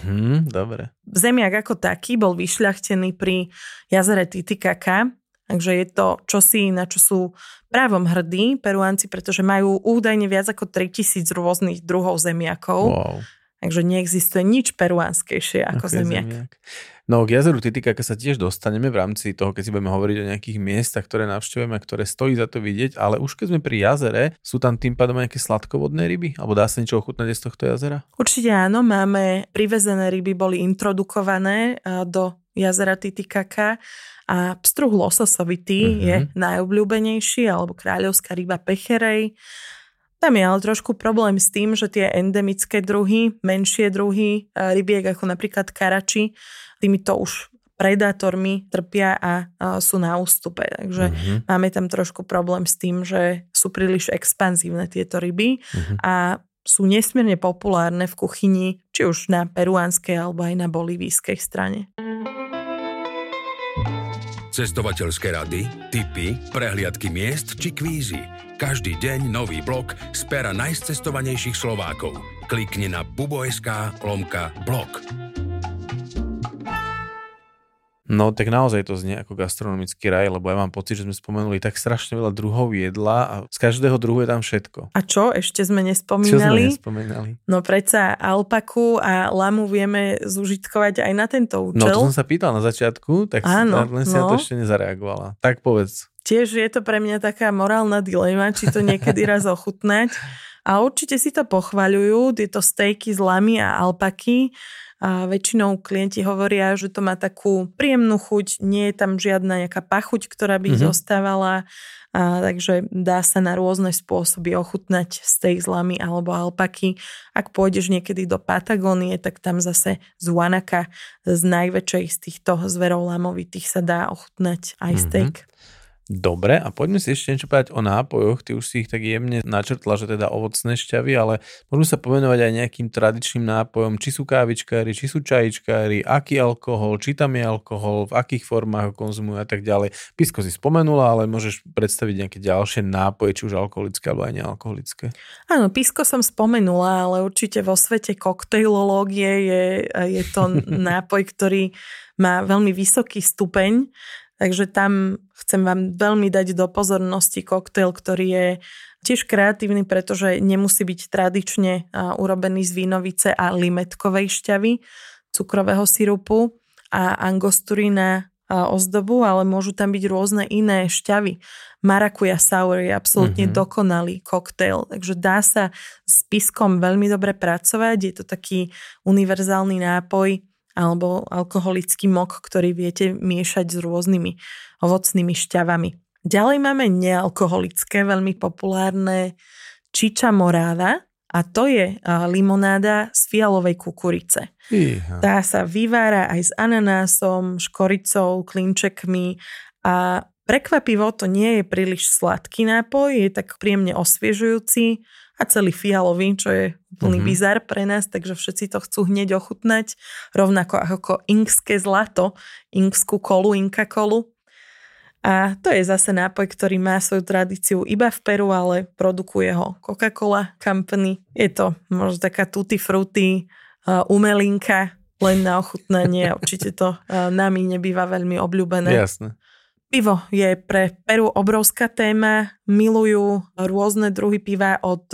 Dobre. Zemiak ako taký bol vyšľachtený pri jazere Titicaca, takže je to čosi, na čo sú právom hrdí Peruánci, pretože majú údajne viac ako 3000 rôznych druhov zemiakov. Wow. Takže neexistuje nič peruánskejšie ako zemiak. No k jazeru Titicaca sa tiež dostaneme v rámci toho, keď si budeme hovoriť o nejakých miestach, ktoré navštevujeme a ktoré stojí za to vidieť, ale už keď sme pri jazere, sú tam tým pádom nejaké sladkovodné ryby? Alebo dá sa niečo ochutnať z tohto jazera? Určite áno, máme privezené ryby, boli introdukované do jazera Titicaca a pstruh lososovitý je najobľúbenejší, alebo kráľovská ryba pecherej. Tam je ale trošku problém s tým, že tie endemické druhy, menšie druhy rybiek, ako napríklad karači, týmito už predátormi trpia a sú na ústupe. Takže máme tam trošku problém s tým, že sú príliš expanzívne tieto ryby a sú nesmierne populárne v kuchyni, či už na peruánskej alebo aj na bolívijskej strane. Cestovateľské rady, tipy, prehliadky miest či kvízy. Každý deň nový blog z pera najcestovanejších Slovákov. Klikni na bubo.sk/blog. No tak naozaj to znie ako gastronomický raj, lebo ja mám pocit, že sme spomenuli tak strašne veľa druhov jedla a z každého druhu je tam všetko. A čo ešte sme nespomínali? Čo sme nespomínali? No predsa alpaku a lamu vieme zužitkovať aj na tento účel. No to som sa pýtal na začiatku, tak áno, len si na to ešte nezareagovala. Tak povedz. Tiež je to pre mňa taká morálna dilema, či to niekedy raz ochutnať. A určite si to pochvaľujú, tieto stejky z lamy a alpaky. A väčšinou klienti hovoria, že to má takú príjemnú chuť, nie je tam žiadna nejaká pachuť, ktorá by zostávala, takže dá sa na rôzne spôsoby ochutnať steak z lamy alebo alpaky. Ak pôjdeš niekedy do Patagónie, tak tam zase z Huanaca, z najväčšej z týchto zverov lamovitých sa dá ochutnať aj steak. Dobre, a poďme si ešte niečo povedať o nápojoch. Ty už si ich tak jemne načrtla, že teda ovocné šťavy, ale môžeme sa povenovať aj nejakým tradičným nápojom, či sú kávičkári, či sú čajičkári, aký alkohol, či tam je alkohol, v akých formách ho konzumujú a tak ďalej. Pisko si spomenula, ale môžeš predstaviť nejaké ďalšie nápoje, či už alkoholické alebo aj nealkoholické. Áno, pisko som spomenula, ale určite vo svete koktejlológie je to nápoj, ktorý má veľmi vysoký stupeň. Takže tam chcem vám veľmi dať do pozornosti koktail, ktorý je tiež kreatívny, pretože nemusí byť tradične urobený z vínovice a limetkovej šťavy, cukrového sirupu a angostúry na ozdobu, ale môžu tam byť rôzne iné šťavy. Marakuja sour je absolútne dokonalý koktail, takže dá sa s piskom veľmi dobre pracovať. Je to taký univerzálny nápoj, alebo alkoholický mok, ktorý viete miešať s rôznymi ovocnými šťavami. Ďalej máme nealkoholické, veľmi populárne chicha morada a to je limonáda z fialovej kukurice. Tá sa vyvára aj s ananásom, škoricou, klinčekmi a prekvapivo to nie je príliš sladký nápoj, je tak príjemne osviežujúci a celý fialový, čo je úplný bizar pre nás, takže všetci to chcú hneď ochutnať, rovnako ako inkské zlato, inkskú kolu, Inka kolu. A to je zase nápoj, ktorý má svoju tradíciu iba v Peru, ale produkuje ho Coca-Cola Company. Je to možno taká tutti frutti umelinka, len na ochutnanie. Určite to nami nebýva veľmi obľúbené. Jasné. Pivo je pre Peru obrovská téma. Milujú rôzne druhy piva od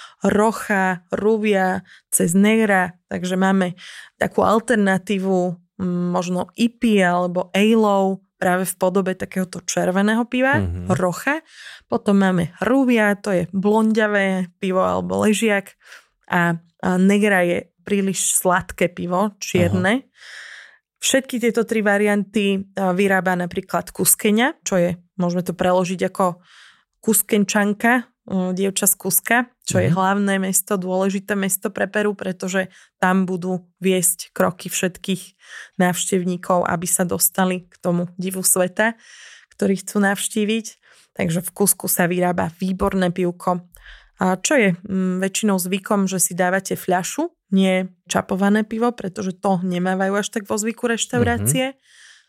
Rocha, Rubia, cez Negra. Takže máme takú alternatívu, možno IPA alebo Ale práve v podobe takéhoto červeného piva, Rocha. Potom máme Rubia, to je blondiavé pivo alebo ležiak. A Negra je príliš sladké pivo, čierne. Všetky tieto tri varianty vyrába napríklad Kuskeňa, čo je, môžeme to preložiť ako Kuskenčanka, dievča z Kuska, čo je hlavné mesto, dôležité mesto pre Peru, pretože tam budú viesť kroky všetkých návštevníkov, aby sa dostali k tomu divu sveta, ktorý chcú navštíviť. Takže v Kusku sa vyrába výborné pivko. A čo je väčšinou zvykom, že si dávate fľašu, nie čapované pivo, pretože to nemávajú až tak vo zvyku reštaurácie.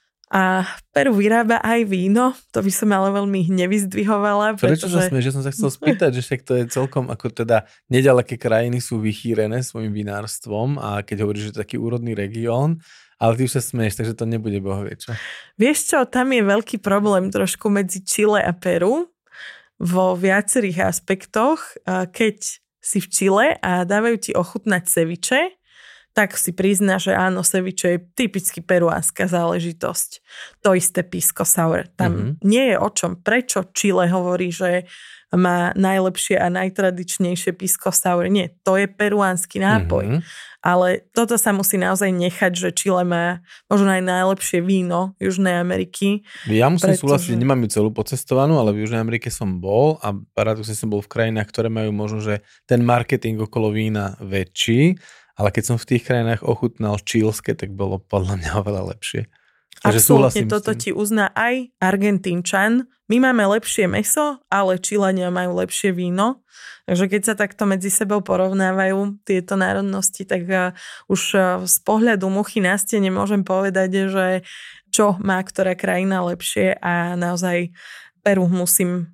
A Peru vyrába aj víno, to by som ale veľmi nevyzdvihovala. Prečo sa smieš? Že som sa chcel spýtať, že však to je celkom ako teda nedaleké krajiny sú vychýrené svojim vinárstvom a keď hovoríš, že to je taký úrodný región, ale ty už sa smieš, takže to nebude bohvie čo. Vieš čo, tam je veľký problém trošku medzi Chile a Peru vo viacerých aspektoch. Keď si v Chile a dávajú ti ochutnať ceviče, tak si prizná, že áno, ceviche je typicky peruánska záležitosť. To isté pisco sour. Tam nie je o čom. Prečo Chile hovorí, že má najlepšie a najtradičnejšie pisco sour? Nie, to je peruánsky nápoj. Ale toto sa musí naozaj nechať, že Chile má možno aj najlepšie víno Južnej Ameriky. Ja musím súhlasiť, že nemám ju celú pocestovanú, ale v Južnej Amerike som bol a paradoxne som bol v krajinách, ktoré majú možno, že ten marketing okolo vína väčší, ale keď som v tých krajinách ochutnal čílske, tak bolo podľa mňa oveľa lepšie. Takže absolútne, toto ti uzná aj Argentínčan. My máme lepšie mäso, ale Čilania majú lepšie víno. Takže keď sa takto medzi sebou porovnávajú tieto národnosti, tak už z pohľadu muchy na stene môžem povedať, že čo má ktorá krajina lepšie a naozaj Peru musím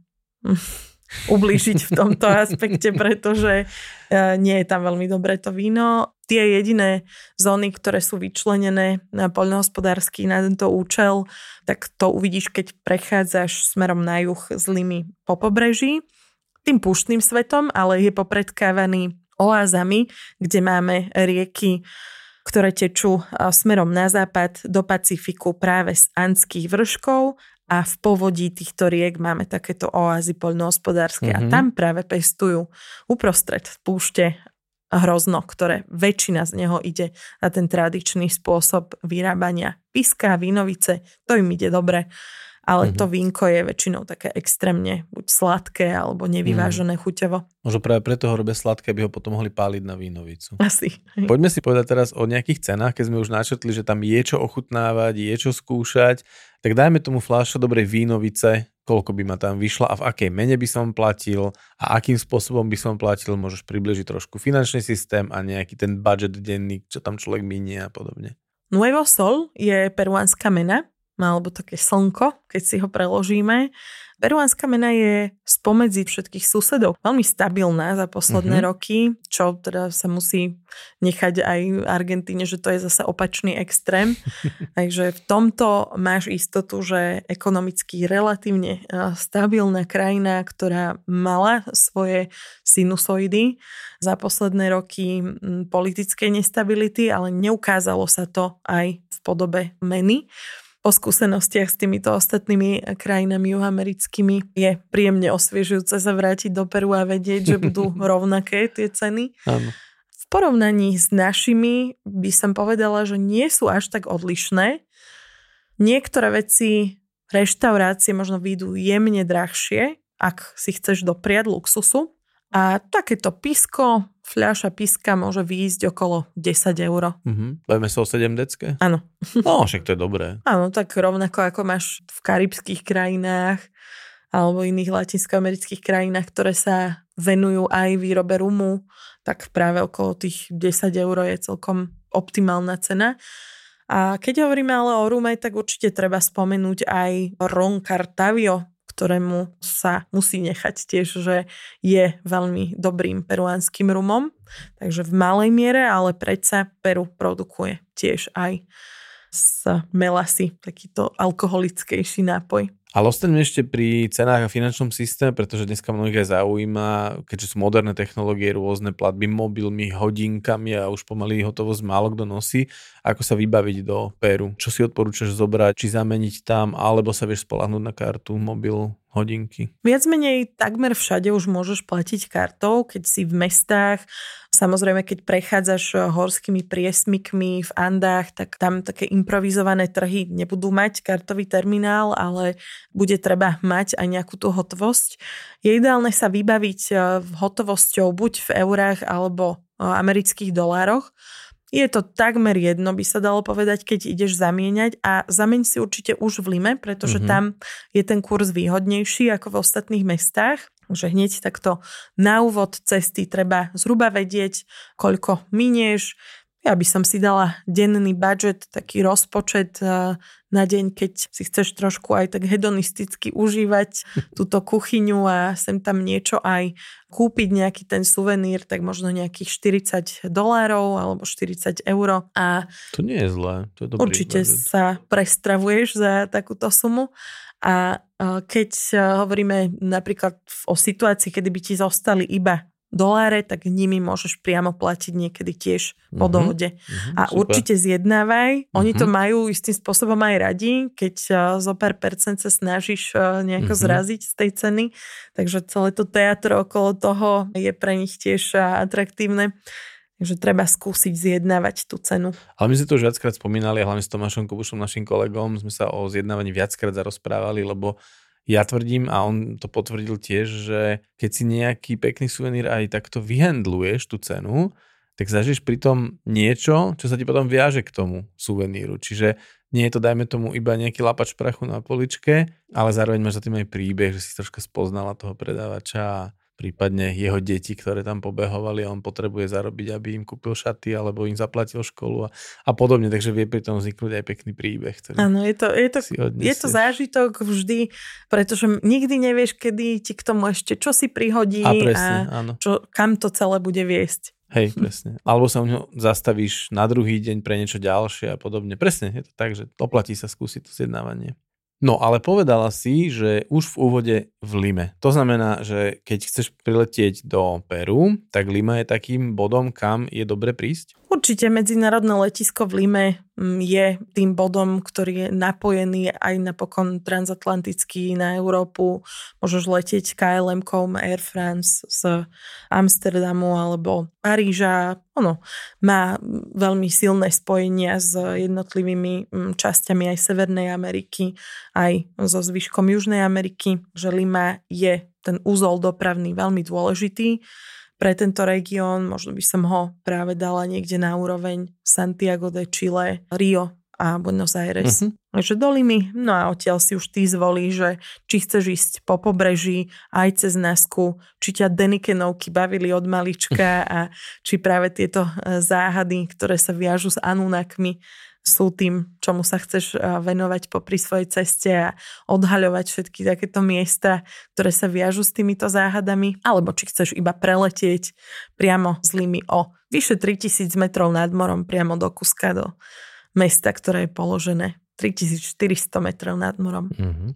ublížiť v tomto aspekte, pretože nie je tam veľmi dobré to víno. Tie jediné zóny, ktoré sú vyčlenené na poľnohospodársky na tento účel, tak to uvidíš, keď prechádzaš smerom na juh z Limy po pobreží, tým púštnym svetom, ale je popredkávaný oázami, kde máme rieky, ktoré tečú smerom na západ do Pacifiku práve z andských vrškov a v povodí týchto riek máme takéto oázy poľnohospodárske a tam práve pestujú uprostred púšte hrozno, ktoré väčšina z neho ide na ten tradičný spôsob vyrábania piska, vínovice, to im ide dobre, ale to vínko je väčšinou také extrémne buď sladké alebo nevyvážené chuťovo. Možno práve preto ho robia sladké, aby ho potom mohli páliť na vínovicu. Asi. Poďme si povedať teraz o nejakých cenách, keď sme už načrtli, že tam je čo ochutnávať, je čo skúšať, tak dajme tomu fľašu dobrej vínovice, koľko by ma tam vyšla a v akej mene by som platil a akým spôsobom by som platil, môžeš približiť trošku finančný systém a nejaký ten budget denný, čo tam človek minie a podobne. Nuevo Sol je peruánska mena, alebo také slnko, keď si ho preložíme. Peruánska mena je spomedzi všetkých susedov veľmi stabilná za posledné roky, čo teda sa musí nechať aj Argentíne, že to je zase opačný extrém. Takže v tomto máš istotu, že ekonomicky relatívne stabilná krajina, ktorá mala svoje sinusoidy za posledné roky politickej nestability, ale neukázalo sa to aj v podobe meny. Po skúsenostiach s týmito ostatnými krajinami juhoamerickými je príjemne osviežujúce sa vrátiť do Peru a vedieť, že budú rovnaké tie ceny. Áno. V porovnaní s našimi by som povedala, že nie sú až tak odlišné. Niektoré veci, reštaurácie možno vyjdú jemne drahšie, ak si chceš dopriať luxusu. A takéto pisko, fľaša piska môže výjsť okolo 10 €. Bavíme sa o 7 decke? Áno. No, však to je dobré. Áno, tak rovnako ako máš v karibských krajinách alebo iných latinskoamerických krajinách, ktoré sa venujú aj výrobe rumu, tak práve okolo tých 10 € je celkom optimálna cena. A keď hovoríme ale o rume, tak určite treba spomenúť aj ron Cartavio, ktorému sa musí nechať tiež, že je veľmi dobrým peruánskym rumom. Takže v malej miere, ale predsa Peru produkuje tiež aj z melasy, takýto alkoholickejší nápoj. Ale ostaňme ešte pri cenách a finančnom systéme, pretože dneska mnohých aj zaujíma, keďže sú moderné technológie, rôzne platby mobilmi, hodinkami a už pomaly hotovosť málo kto nosí. Ako sa vybaviť do Peru? Čo si odporúčaš zobrať? Či zameniť tam, alebo sa vieš spoľahnúť na kartu, mobil, hodinky? Viac menej takmer všade už môžeš platiť kartou, keď si v mestách. Samozrejme, keď prechádzaš horskými priesmykmi v Andách, tak tam také improvizované trhy nebudú mať kartový terminál, ale bude treba mať aj nejakú tú hotovosť. Je ideálne sa vybaviť hotovosťou buď v eurách alebo amerických dolároch. Je to takmer jedno, by sa dalo povedať, keď ideš zamieňať a zameň si určite už v Lime, pretože tam je ten kurz výhodnejší ako v ostatných mestách. Že hneď takto na úvod cesty treba zhruba vedieť, koľko minieš. Ja by som si dala denný budget, taký rozpočet na deň, keď si chceš trošku aj tak hedonisticky užívať túto kuchyňu a sem tam niečo aj kúpiť, nejaký ten suvenír, tak možno nejakých $40 alebo 40 €. A to nie je zlé. To je dobrý určite budget. sa prestravuješ za takúto sumu. A keď hovoríme napríklad o situácii, kedy by ti zostali iba doláre, tak nimi môžeš priamo platiť niekedy tiež po dohode. A super. určite zjednávaj. Oni to majú istým spôsobom aj radi, keď zo pár percent sa snažíš nejako zraziť z tej ceny. Takže celé to teatro okolo toho je pre nich tiež atraktívne. Takže treba skúsiť zjednávať tú cenu. Ale my sme to už viackrát spomínali, hlavne s Tomášom Kubušom, našim kolegom, sme sa o zjednávaní viackrát zarozprávali, lebo ja tvrdím, a on to potvrdil tiež, že keď si nejaký pekný suvenír aj takto vyhandluješ tú cenu, tak zažiješ pri tom niečo, čo sa ti potom viaže k tomu suveníru. Čiže nie je to, dajme tomu, iba nejaký lapač prachu na poličke, ale zároveň máš za tým aj príbeh, že si troška spoznala toho predávača a prípadne jeho deti, ktoré tam pobehovali a on potrebuje zarobiť, aby im kúpil šaty alebo im zaplatil školu a podobne, takže vie pri tom vzniknúť aj pekný príbeh. Áno, je to zážitok vždy, pretože nikdy nevieš, kedy ti k tomu ešte čo si prihodí áno. Kam to celé bude viesť. Hej, presne. Alebo sa u ňo zastavíš na druhý deň pre niečo ďalšie a podobne. Presne, je to tak, že oplatí sa skúsiť to zjednávanie. No, ale povedala si, že už v úvode v Lime. To znamená, že keď chceš priletieť do Peru, tak Lima je takým bodom, kam je dobre prísť? Určite medzinárodné letisko v Lime je tým bodom, ktorý je napojený aj napokon transatlantický na Európu. Môžeš letieť KLM-kom Air France z Amsterdamu alebo Paríža. Ono má veľmi silné spojenia s jednotlivými časťami aj Severnej Ameriky, aj so zvyškom Južnej Ameriky, že Lima je ten úzol dopravný veľmi dôležitý pre tento región. Možno by som ho práve dala niekde na úroveň Santiago de Chile, Rio a Buenos Aires. Takže do Limy, no a odtiaľ si už ty zvolíš, že či chceš ísť po pobreží, aj cez Nasku, či ťa Denikenovky bavili od malička a či práve tieto záhady, ktoré sa viažú s Anunnakmi, sú tým, čomu sa chceš venovať popri svojej ceste a odhaľovať všetky takéto miesta, ktoré sa viažú s týmito záhadami, alebo či chceš iba preletieť priamo z Limy o vyše 3000 metrov nad morom priamo do Cusca, do mesta, ktoré je položené 3400 metrov nad morom.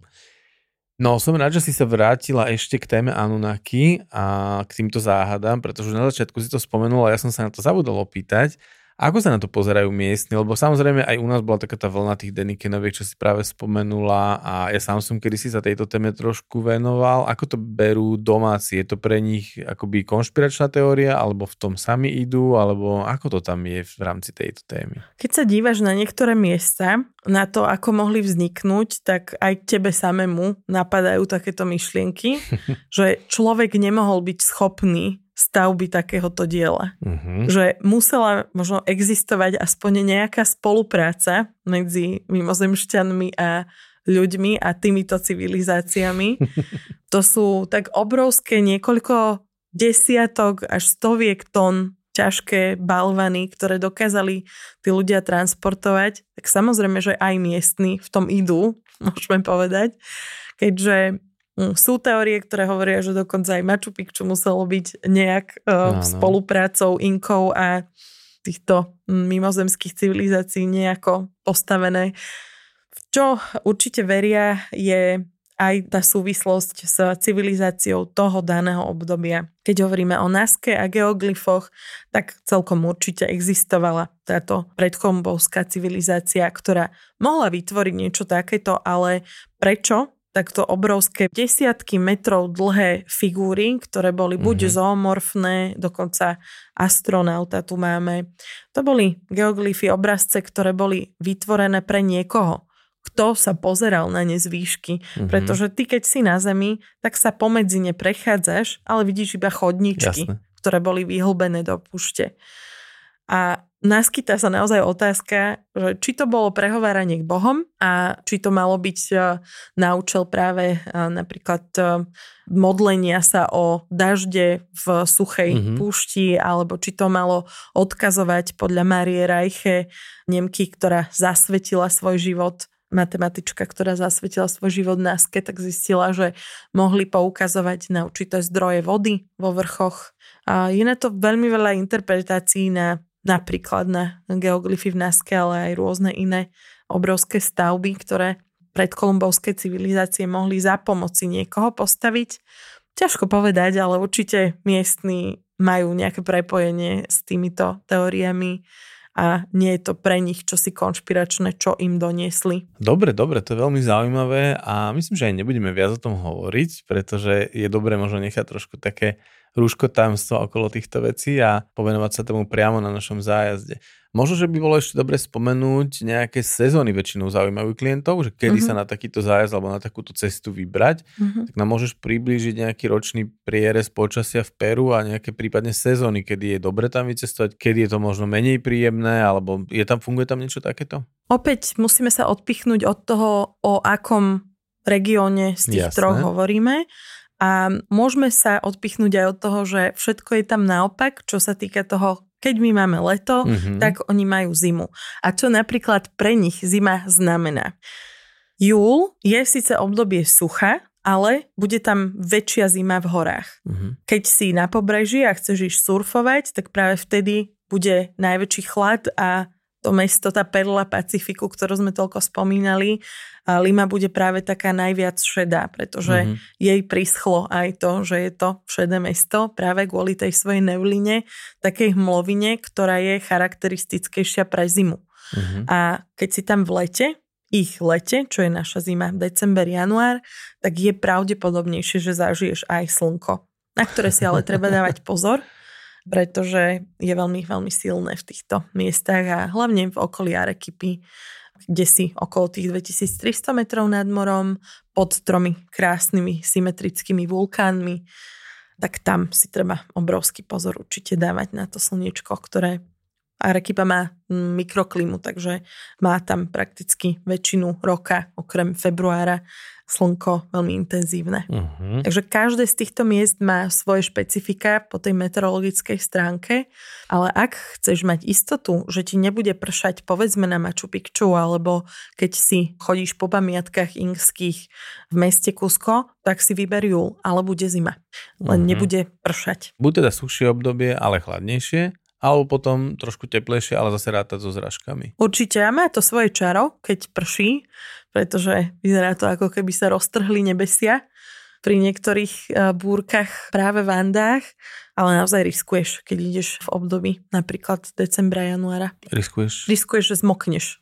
No, som rád, že si sa vrátila ešte k téme Anunnaki a k týmto záhadám, pretože na začiatku si to spomenula a ja som sa na to zabudol opýtať. Ako sa na to pozerajú miestni? Lebo samozrejme aj u nás bola taká tá vlna tých Denikenoviek, čo si práve spomenula a ja sám som kedysi sa tejto téme trošku venoval. Ako to berú domáci? Je to pre nich akoby konšpiračná teória, alebo v tom sami idú, alebo ako to tam je v rámci tejto témy? Keď sa dívaš na niektoré miesta, na to, ako mohli vzniknúť, tak aj tebe samému napadajú takéto myšlienky, že človek nemohol byť schopný stavby takéhoto diela. Že musela možno existovať aspoň nejaká spolupráca medzi mimozemšťanmi a ľuďmi a týmito civilizáciami. To sú tak obrovské niekoľko desiatok až stoviek tón ťažké balvany, ktoré dokázali tí ľudia transportovať. Tak samozrejme, že aj miestni v tom idú, môžeme povedať. Keďže sú teórie, ktoré hovoria, že dokonca aj Machu Picchu muselo byť nejak spoluprácou Inkov a týchto mimozemských civilizácií nejako postavené. V čo určite veria je aj tá súvislosť s civilizáciou toho daného obdobia. Keď hovoríme o Naske a geoglyfoch, tak celkom určite existovala táto predkolumbovská civilizácia, ktorá mohla vytvoriť niečo takéto, ale prečo? Takto obrovské desiatky metrov dlhé figúry, ktoré boli buď zoomorfné, dokonca astronauta tu máme. To boli geoglyfy, obrazce, ktoré boli vytvorené pre niekoho, kto sa pozeral na ne z výšky. Pretože ty, keď si na Zemi, tak sa pomedzi ne prechádzaš, ale vidíš iba chodničky, ktoré boli vyhlbené do púšte. A naskytá sa naozaj otázka, že či to bolo prehováranie k Bohom a či to malo byť na účel práve napríklad modlenia sa o dažde v suchej púšti, alebo či to malo odkazovať podľa Marie Reiche, Nemky, ktorá zasvetila svoj život, matematička, ktorá zasvetila svoj život Naske, tak zistila, že mohli poukazovať na určité zdroje vody vo vrchoch. A je na to veľmi veľa interpretácií napríklad na geoglyfy v Naske, ale aj rôzne iné obrovské stavby, ktoré predkolumbovské civilizácie mohli za pomoci niekoho postaviť. Ťažko povedať, ale určite miestni majú nejaké prepojenie s týmito teóriami a nie je to pre nich čosi konšpiračné, čo im doniesli. Dobre, to je veľmi zaujímavé a myslím, že aj nebudeme viac o tom hovoriť, pretože je dobré možno nechať trošku také rúškotajomstvo okolo týchto vecí a povenovať sa tomu priamo na našom zájazde. Možno, že by bolo ešte dobre spomenúť nejaké sezóny väčšinou zaujímajú klientov, že kedy sa na takýto zájazd alebo na takúto cestu vybrať, tak nám môžeš priblížiť nejaký ročný prierez počasia v Peru a nejaké prípadne sezóny, kedy je dobre tam vycestovať, kedy je to možno menej príjemné, alebo funguje tam niečo takéto? Opäť musíme sa odpichnúť od toho, o akom regióne z tých troch hovoríme. A môžeme sa odpichnúť aj od toho, že všetko je tam naopak, čo sa týka toho, keď my máme leto, tak oni majú zimu. A čo napríklad pre nich zima znamená? Júl je síce obdobie sucha, ale bude tam väčšia zima v horách. Keď si na pobreží a chceš ísť surfovať, tak práve vtedy bude najväčší chlad a to mesto, tá perla Pacifiku, ktorú sme toľko spomínali, a Lima bude práve taká najviac šedá, pretože jej prischlo aj to, že je to šedé mesto práve kvôli tej svojej nevline, takej hmlovine, ktorá je charakteristickejšia pre zimu. A keď si tam v ich lete, čo je naša zima, december, január, tak je pravdepodobnejšie, že zažiješ aj slnko, na ktoré si ale treba dávať pozor, pretože je veľmi, veľmi silné v týchto miestach a hlavne v okolí Arequipy, kde si okolo tých 2300 metrov nad morom, pod 3 krásnymi symetrickými vulkánmi, tak tam si treba obrovský pozor určite dávať na to slniečko, ktoré Arequipa má mikroklimu, takže má tam prakticky väčšinu roka, okrem februára, slnko veľmi intenzívne. Takže každé z týchto miest má svoje špecifika po tej meteorologickej stránke, ale ak chceš mať istotu, že ti nebude pršať povedzme na Machu Picchu, alebo keď si chodíš po pamiatkách inkských v meste Cusco, tak si vyber júl, ale bude zima. Len nebude pršať. Bude teda suchšie obdobie, ale chladnejšie, alebo potom trošku teplejšie, ale zase rátať so zrážkami. Určite, a má to svoje čaro, keď prší, pretože vyzerá to, ako keby sa roztrhli nebesia pri niektorých búrkach práve v Andách, ale naozaj riskuješ, keď ideš v období napríklad decembra, januára. Riskuješ, že zmokneš.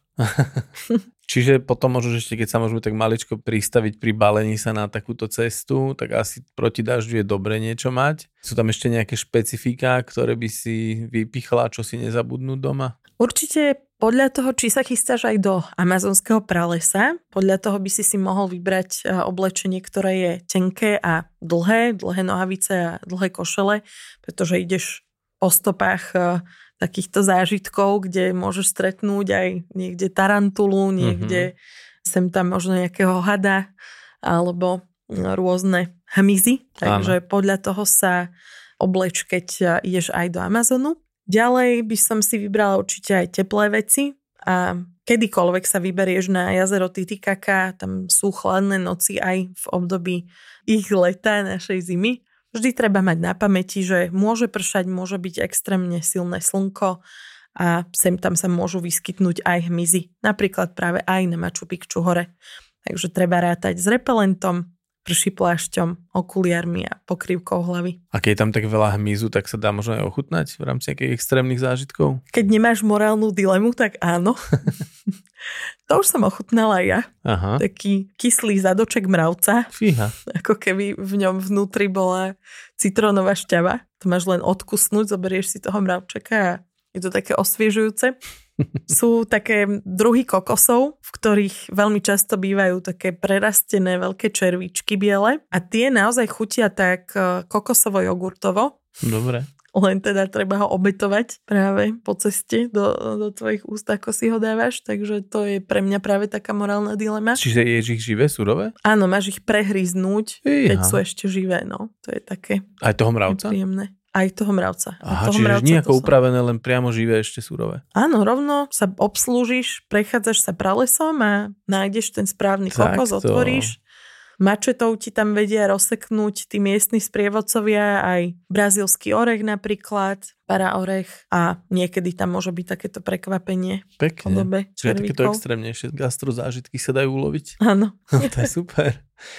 Čiže potom môžeš ešte, keď sa môžeme tak maličko pristaviť pri balení sa na takúto cestu, tak asi proti dažďu je dobre niečo mať. Sú tam ešte nejaké špecifika, ktoré by si vypichla, čo si nezabudnúť doma? Určite podľa toho, či sa chystáš aj do amazonského pralesa, podľa toho by si mohol vybrať oblečenie, ktoré je tenké a dlhé nohavice a dlhé košele, pretože ideš po stopách takýchto zážitkov, kde môžeš stretnúť aj niekde tarantulu, niekde sem tam možno nejakého hada alebo rôzne hmyzy. Takže podľa toho sa obleč, keď ideš aj do Amazonu. Ďalej by som si vybrala určite aj teplé veci a kedykoľvek sa vyberieš na jazero Titicaca, tam sú chladné noci aj v období ich leta, našej zimy. Vždy treba mať na pamäti, že môže pršať, môže byť extrémne silné slnko a sem tam sa môžu vyskytnúť aj hmyzy. Napríklad práve aj na Machu Picchu hore. Takže treba rátať s repelentom, prší plášťom, okuliarmi a pokrývkou hlavy. A keď je tam tak veľa hmyzu, tak sa dá možno aj ochutnať v rámci nejakých extrémnych zážitkov? Keď nemáš morálnu dilemu, tak áno. To už som ochutnala ja. Aha. Taký kyslý zadoček mravca. Fíha. Ako keby v ňom vnútri bola citrónová šťava. To máš len odkusnúť, zoberieš si toho mravčeka a je to také osviežujúce. Sú také druhy kokosov, v ktorých veľmi často bývajú také prerastené veľké červíčky biele a tie naozaj chutia tak kokosovo-jogurtovo. Dobre. Len teda treba ho obetovať práve po ceste do tvojich úst, ako si ho dávaš, takže to je pre mňa práve taká morálna dilema. Čiže ješ ich živé, surové? Áno, máš ich prehryznúť, keď sú ešte živé, no. To je také aj toho mravca? Príjemné. Aj toho mravca. Aha, čiže nejako upravené, len priamo živé, ešte surové. Áno, rovno sa obslúžiš, prechádzaš sa pralesom a nájdeš ten správny kokos, otvoríš, mačetou ti tam vedia rozseknúť tí miestni sprievodcovia, aj brazílsky orech napríklad, paraorech a niekedy tam môže byť takéto prekvapenie. Pekne. Čiže takéto extrémnejšie gastrozážitky sa dajú uloviť. Áno. To je super.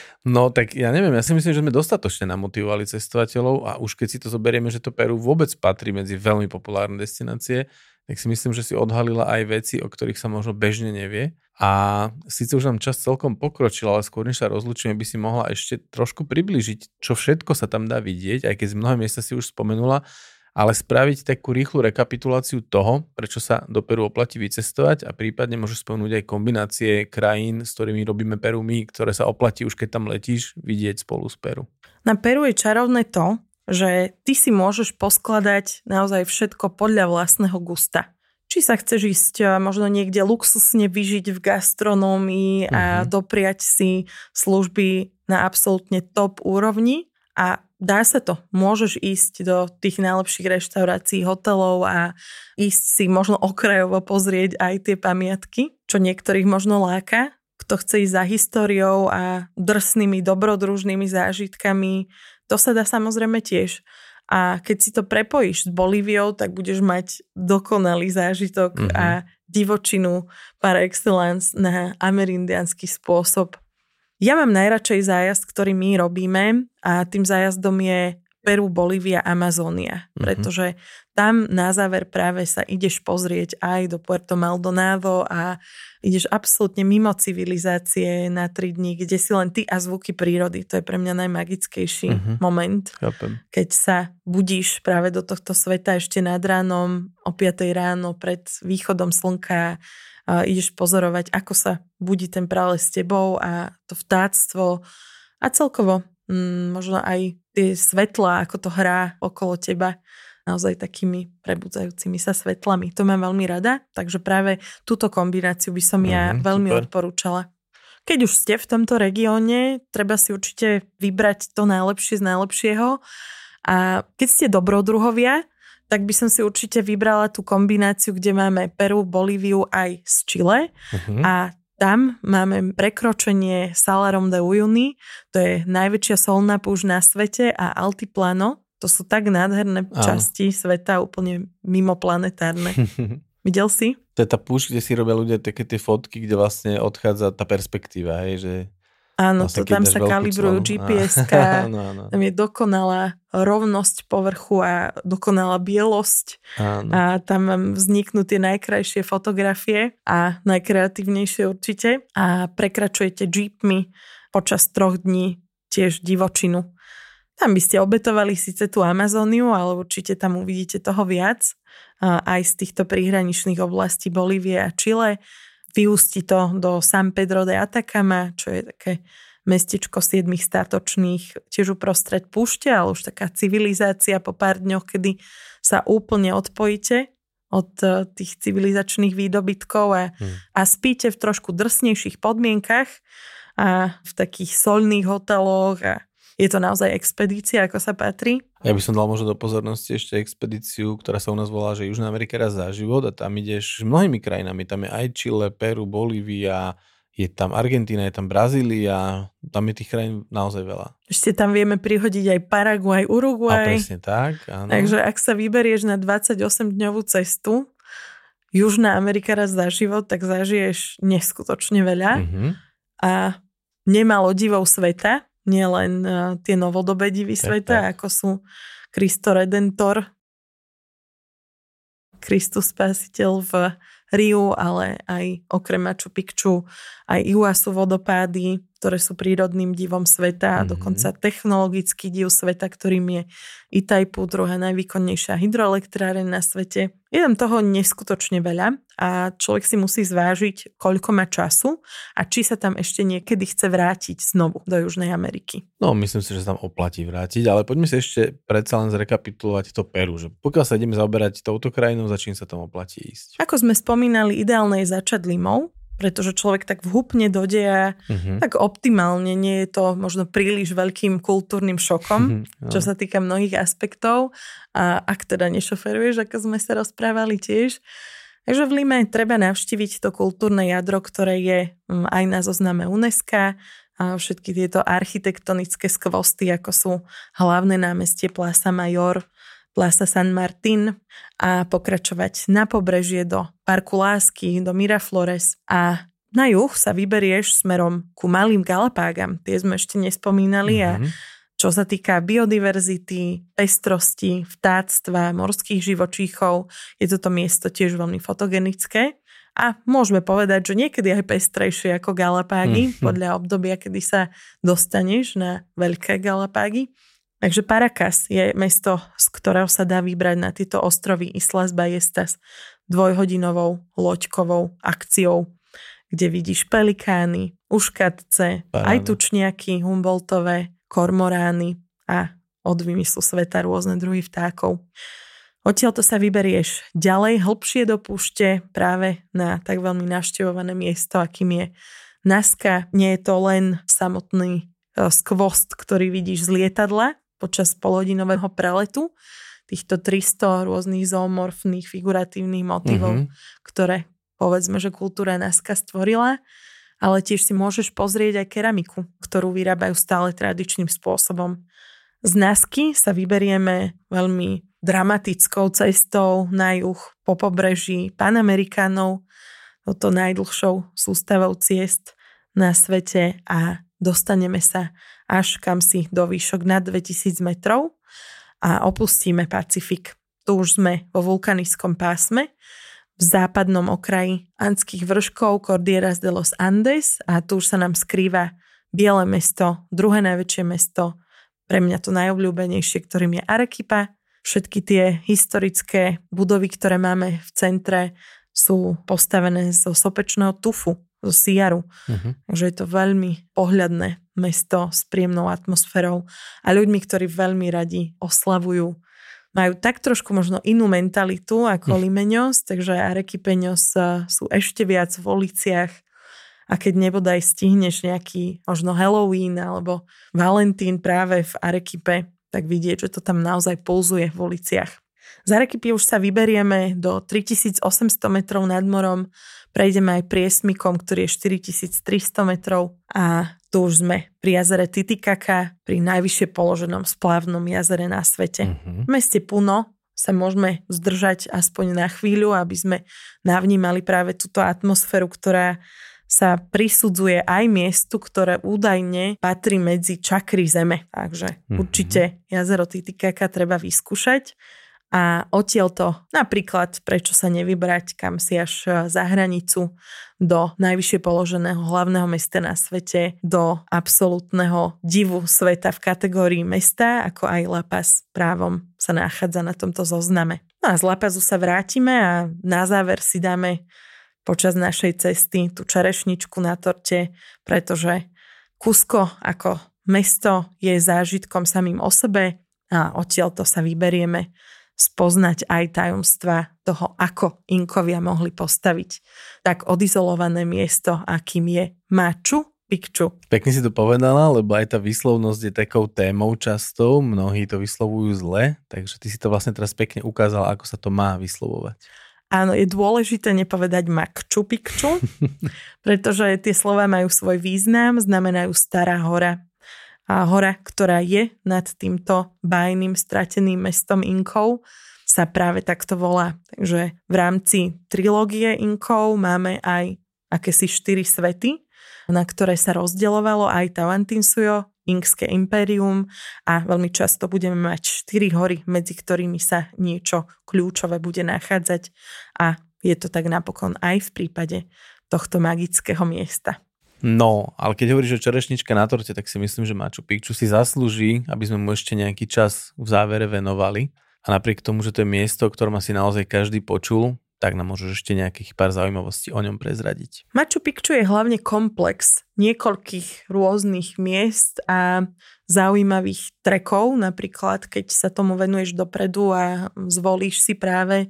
No tak ja neviem, ja si myslím, že sme dostatočne namotivovali cestovateľov a už keď si to zoberieme, že to Peru vôbec patrí medzi veľmi populárne destinácie, tak si myslím, že si odhalila aj veci, o ktorých sa možno bežne nevie. A síce už nám čas celkom pokročil, ale skôr než sa rozlučíme, by si mohla ešte trošku priblížiť, čo všetko sa tam dá vidieť, aj keď z mnohé miesta si už spomenula, ale spraviť takú rýchlu rekapituláciu toho, prečo sa do Peru oplatí vycestovať a prípadne môžeš spomenúť aj kombinácie krajín, s ktorými robíme Peru my, ktoré sa oplatí už keď tam letíš vidieť spolu s Peru. Na Peru je čarovné to, že ty si môžeš poskladať naozaj všetko podľa vlastného gusta. Či sa chceš ísť možno niekde luxusne vyžiť v gastronómii a dopriať si služby na absolútne top úrovni a dá sa to. Môžeš ísť do tých najlepších reštaurácií, hotelov a ísť si možno okrajovo pozrieť aj tie pamiatky, čo niektorých možno láka. Kto chce ísť za históriou a drsnými, dobrodružnými zážitkami, to sa dá samozrejme tiež. A keď si to prepojíš s Bolíviou, tak budeš mať dokonalý zážitok a divočinu par excellence na amerindiánsky spôsob. Ja mám najradšej zájazd, ktorý my robíme a tým zájazdom je Peru, Bolívia, Amazónia. Pretože tam na záver práve sa ideš pozrieť aj do Puerto Maldonado a ideš absolútne mimo civilizácie na 3 dní, kde si len ty a zvuky prírody. To je pre mňa najmagickejší moment. Chápem. Keď sa budíš práve do tohto sveta ešte nad ránom, o 5 ráno pred východom slnka a ideš pozorovať, ako sa budí ten prales s tebou a to vtáctvo a celkovo možno aj tie svetlá, ako to hrá okolo teba, naozaj takými prebudzajúcimi sa svetlami. To mám veľmi rada, takže práve túto kombináciu by som ja veľmi odporúčala. Keď už ste v tomto regióne, treba si určite vybrať to najlepšie z najlepšieho a keď ste dobrodruhovia, tak by som si určite vybrala tú kombináciu, kde máme Peru, Bolíviu aj z Chile a tam máme prekročenie Salar de Uyuni, to je najväčšia solná púšť na svete a Altiplano, to sú tak nádherné časti sveta, úplne mimoplanetárne. Videl si? To je tá púšť, kde si robia ľudia také tie fotky, kde vlastne odchádza tá perspektíva, hej, že... Áno, to tam sa kalibrujú GPS-ka, tam je dokonalá rovnosť povrchu a dokonalá bielosť a tam vám vzniknú tie najkrajšie fotografie a najkreatívnejšie určite a prekračujete jeepmi počas 3 dní tiež divočinu. Tam by ste obetovali síce tú Amazóniu, ale určite tam uvidíte toho viac aj z týchto príhraničných oblastí Bolívie a Chile. Vyústi to do San Pedro de Atacama, čo je také mestečko 7 státočných, tiež uprostred púšte, ale už taká civilizácia po pár dňoch, kedy sa úplne odpojíte od tých civilizačných výdobytkov a spíte v trošku drsnejších podmienkach a v takých soľných hoteloch a je to naozaj expedícia, ako sa patrí. Ja by som dal možno do pozornosti ešte expedíciu, ktorá sa u nás volá, že Južná Amerika raz za život a tam ideš mnohými krajinami. Tam je aj Chile, Peru, Bolívia, je tam Argentína, je tam Brazília, tam je tých krajín naozaj veľa. Ešte tam vieme prihodiť aj Paraguaj, Uruguay. A presne tak, áno. Takže ak sa vyberieš na 28-dňovú cestu, Južná Amerika raz za život, tak zažiješ neskutočne veľa. A nemalo divov sveta, nielen tie novodobé divy sveta, ako sú Cristo Redentor, Kristus Spasiteľ v Riu, ale aj okrem Machu Picchu, aj Iguazu vodopády, ktoré sú prírodným divom sveta a dokonca technologický div sveta, ktorým je Itaipu, druhá najvýkonnejšia hydroelektráreň na svete. Je tam toho neskutočne veľa a človek si musí zvážiť, koľko má času a či sa tam ešte niekedy chce vrátiť znovu do Južnej Ameriky. No, myslím si, že sa tam oplatí vrátiť, ale poďme si ešte predsa len zrekapitulovať to Peru, že pokiaľ sa ideme zaoberať touto krajinou, za čím sa tam oplatí ísť. Ako sme spomínali, ideálne je začať Limou, pretože človek tak vhupne do deja, tak optimálne, nie je to možno príliš veľkým kultúrnym šokom, čo sa týka mnohých aspektov. A ak teda nešoferuješ, ako sme sa rozprávali tiež. Takže v Lime treba navštíviť to kultúrne jadro, ktoré je aj na zozname UNESCO, všetky tieto architektonické skvosty, ako sú hlavné námestie Plaza Mayor, Plaza San Martín a pokračovať na pobrežie do Parku Lásky, do Miraflores a na juh sa vyberieš smerom ku Malým Galapágam. Tie sme ešte nespomínali a čo sa týka biodiverzity, pestrosti, vtáctva, morských živočíchov, je toto miesto tiež veľmi fotogenické. A môžeme povedať, že niekedy aj pestrejšie ako Galapágy, podľa obdobia, kedy sa dostaneš na Veľké Galapágy. Takže Paracas je mesto, z ktorého sa dá vybrať na tieto ostrovy Islas Ballestas 2-hodinovou loďkovou akciou, kde vidíš pelikány, uškatce, aj tučniaky, humboldtové, kormorány a od vymyslu sveta rôzne druhy vtákov. Odtiaľto sa vyberieš ďalej, hlbšie do púšte, práve na tak veľmi navštevované miesto, akým je Nazca. Nie je to len samotný skvost, ktorý vidíš z lietadla počas polhodinového preletu. Týchto 300 rôznych zoomorfných, figuratívnych motivov, ktoré povedzme, že kultúra Nazca stvorila, ale tiež si môžeš pozrieť aj keramiku, ktorú vyrábajú stále tradičným spôsobom. Z Nazky sa vyberieme veľmi dramatickou cestou na juh po pobreží Panamericánov, toto najdlhšou sústavou ciest na svete a dostaneme sa až kam si do výšok nad 2000 metrov a opustíme Pacifik. Tu už sme vo vulkanickom pásme, v západnom okraji andských vrškov Cordilleras de los Andes a tu už sa nám skrýva Biele mesto, druhé najväčšie mesto, pre mňa to najobľúbenejšie, ktorým je Arequipa. Všetky tie historické budovy, ktoré máme v centre, sú postavené zo sopečného tufu, zo siaru. Takže je to veľmi pohľadné mesto s príjemnou atmosférou a ľuďmi, ktorí veľmi radi oslavujú. Majú tak trošku možno inú mentalitu ako Limeños, takže Arequipeños sú ešte viac v uliciach a keď nebodaj stihneš nejaký možno Halloween alebo Valentín práve v Arequipe, tak vidieť, že to tam naozaj pulzuje v uliciach. Z Arequipy už sa vyberieme do 3800 metrov nad morom, prejdeme aj priesmykom, ktorý je 4300 metrov a tu už sme pri jazere Titicaca, pri najvyššie položenom splavnom jazere na svete. V meste Puno sa môžeme zdržať aspoň na chvíľu, aby sme navnímali práve túto atmosféru, ktorá sa prisudzuje aj miestu, ktoré údajne patrí medzi čakry Zeme. Takže určite jazero Titicaca treba vyskúšať. A odtiaľto napríklad, prečo sa nevybrať kam si až za hranicu do najvyššie položeného hlavného mesta na svete, do absolútneho divu sveta v kategórii mesta, ako aj La Paz právom sa nachádza na tomto zozname. No a z La Pazu sa vrátime a na záver si dáme počas našej cesty tú čerešničku na torte, pretože Cusco ako mesto je zážitkom samým o sebe a odtiaľto sa vyberieme spoznať aj tajomstva toho, ako Inkovia mohli postaviť tak odizolované miesto, akým je Machu Picchu. Pekne si to povedala, lebo aj tá výslovnosť je takou témou často, mnohí to vyslovujú zle, takže ty si to vlastne teraz pekne ukázala, ako sa to má vyslovovať. Áno, je dôležité nepovedať Machu Picchu, pretože tie slová majú svoj význam, znamenajú stará hora. A hora, ktorá je nad týmto bájnym strateným mestom Inkov, sa práve takto volá. Takže v rámci trilógie Inkov máme aj akési 4 svety, na ktoré sa rozdeľovalo aj Tawantinsuyo, Inkské impérium a veľmi často budeme mať 4 hory, medzi ktorými sa niečo kľúčové bude nachádzať a je to tak napokon aj v prípade tohto magického miesta. No, ale keď hovoríš o čerešničke na torte, tak si myslím, že Machu Picchu si zaslúži, aby sme mu ešte nejaký čas v závere venovali. A napriek tomu, že to je miesto, o ktorom asi naozaj každý počul, tak nám môžeš ešte nejakých pár zaujímavostí o ňom prezradiť. Machu Picchu je hlavne komplex niekoľkých rôznych miest a zaujímavých trekov. Napríklad, keď sa tomu venuješ dopredu a zvolíš si práve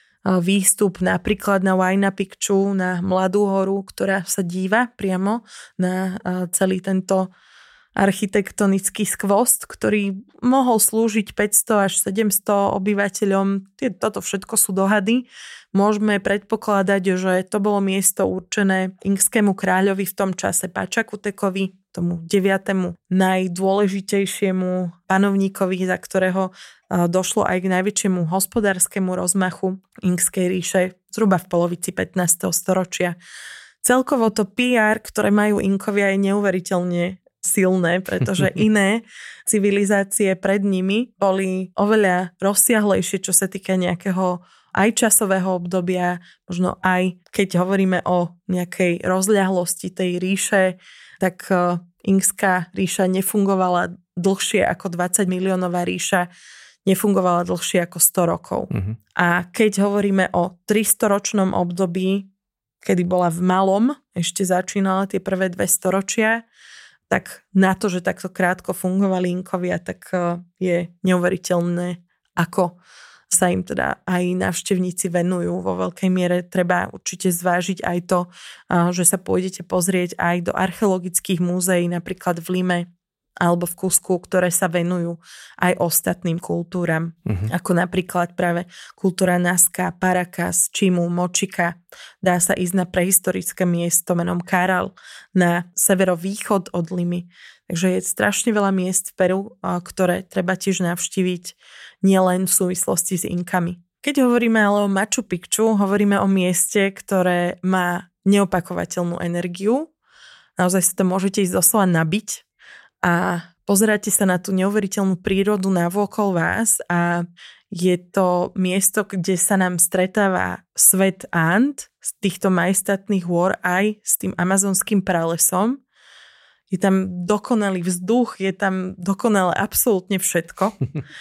výstup napríklad na Huayna Picchu, na Mladú horu, ktorá sa díva priamo na celý tento architektonický skvost, ktorý mohol slúžiť 500 až 700 obyvateľom. Toto všetko sú dohady. Môžeme predpokladať, že to bolo miesto určené inkskému kráľovi v tom čase Pachakutekovi. tomu 9. najdôležitejšiemu panovníkovi, za ktorého došlo aj k najväčšiemu hospodárskemu rozmachu Inkskej ríše zhruba v polovici 15. storočia. Celkovo to PR, ktoré majú Inkovia, je neuveriteľne silné, pretože iné civilizácie pred nimi boli oveľa rozsiahlejšie, čo sa týka nejakého aj časového obdobia, možno aj keď hovoríme o nejakej rozľahlosti tej ríše, tak Inkská ríša nefungovala dlhšie ako 20 miliónová ríša, nefungovala dlhšie ako 100 rokov. A keď hovoríme o 300-ročnom období, kedy bola v malom, ešte začínala tie prvé 2 storočia, tak na to, že takto krátko fungovali Inkovia, tak je neuveriteľné, ako sa im teda aj návštevníci venujú. Vo veľkej miere treba určite zvážiť aj to, že sa pôjdete pozrieť aj do archeologických múzeí, napríklad v Lime alebo v Kusku, ktoré sa venujú aj ostatným kultúram, ako napríklad práve kultúra Nazca, Paracas, Chimu, Mochica. Dá sa ísť na prehistorické miesto menom Caral na severovýchod od Limy. Takže je strašne veľa miest v Peru, ktoré treba tiež navštíviť nielen v súvislosti s Inkami. Keď hovoríme ale o Machu Picchu, hovoríme o mieste, ktoré má neopakovateľnú energiu. Naozaj sa to môžete ísť doslova nabiť a pozeráte sa na tú neuveriteľnú prírodu navôkol vás a je to miesto, kde sa nám stretáva svet And z týchto majestátnych hôr aj s tým amazonským pralesom. Je tam dokonalý vzduch, je tam dokonalé absolútne všetko.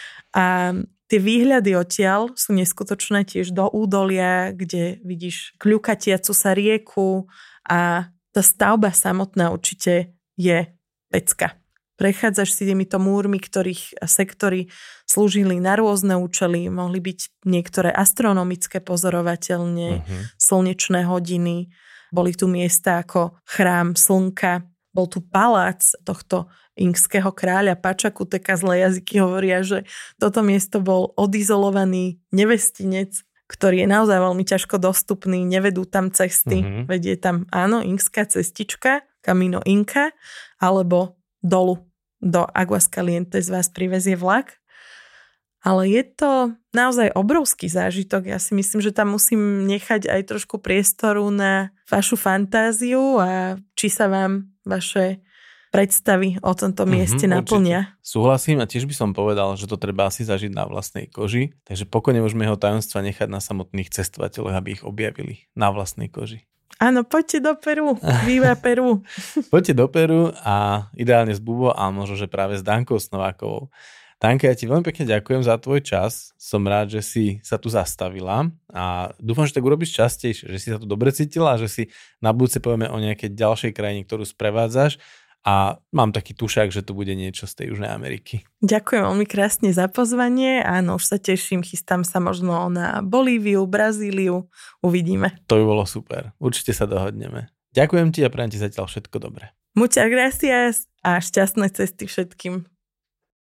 A tie výhľady odtiaľ sú neskutočné tiež do údolia, kde vidíš kľukatiacu sa rieku a tá stavba samotná určite je pecka. Prechádzaš si týmito múrmi, ktorých sektory slúžili na rôzne účely. Mohli byť niektoré astronomické pozorovateľne, slnečné hodiny. Boli tu miesta ako chrám slnka. Bol tu palác tohto inkského kráľa Pačakuteka. Zlé jazyky hovoria, že toto miesto bol odizolovaný nevestinec, ktorý je naozaj veľmi ťažko dostupný. Nevedú tam cesty. Vedie tam, áno, inkská cestička, Camino Inca, alebo dolu do Aguascalientes vás privezie vlak. Ale je to naozaj obrovský zážitok. Ja si myslím, že tam musím nechať aj trošku priestoru na vašu fantáziu a či sa vám vaše predstavy o tomto mieste naplnia. Určite. Súhlasím a tiež by som povedal, že to treba asi zažiť na vlastnej koži. Takže pokojne môžeme jeho tajomstva nechať na samotných cestovateľoch, aby ich objavili na vlastnej koži. Áno, poďte do Peru. Viva Peru. Poďte do Peru a ideálne s Bubo a možno, že práve s Dankou Snovákovou. Danka, ja ti veľmi pekne ďakujem za tvoj čas. Som rád, že si sa tu zastavila a dúfam, že tak urobíš častejšie, že si sa tu dobre cítila a že si na budúce povieme o nejakej ďalšej krajine, ktorú sprevádzaš. A mám taký tušák, že tu bude niečo z tej Južnej Ameriky. Ďakujem veľmi krásne za pozvanie. Áno, už sa teším, chystám sa možno na Bolíviu, Brazíliu. Uvidíme. To by bolo super. Určite sa dohodneme. Ďakujem ti a prajem ti zatiaľ všetko dobré. Muchas gracias a šťastné cesty všetkým.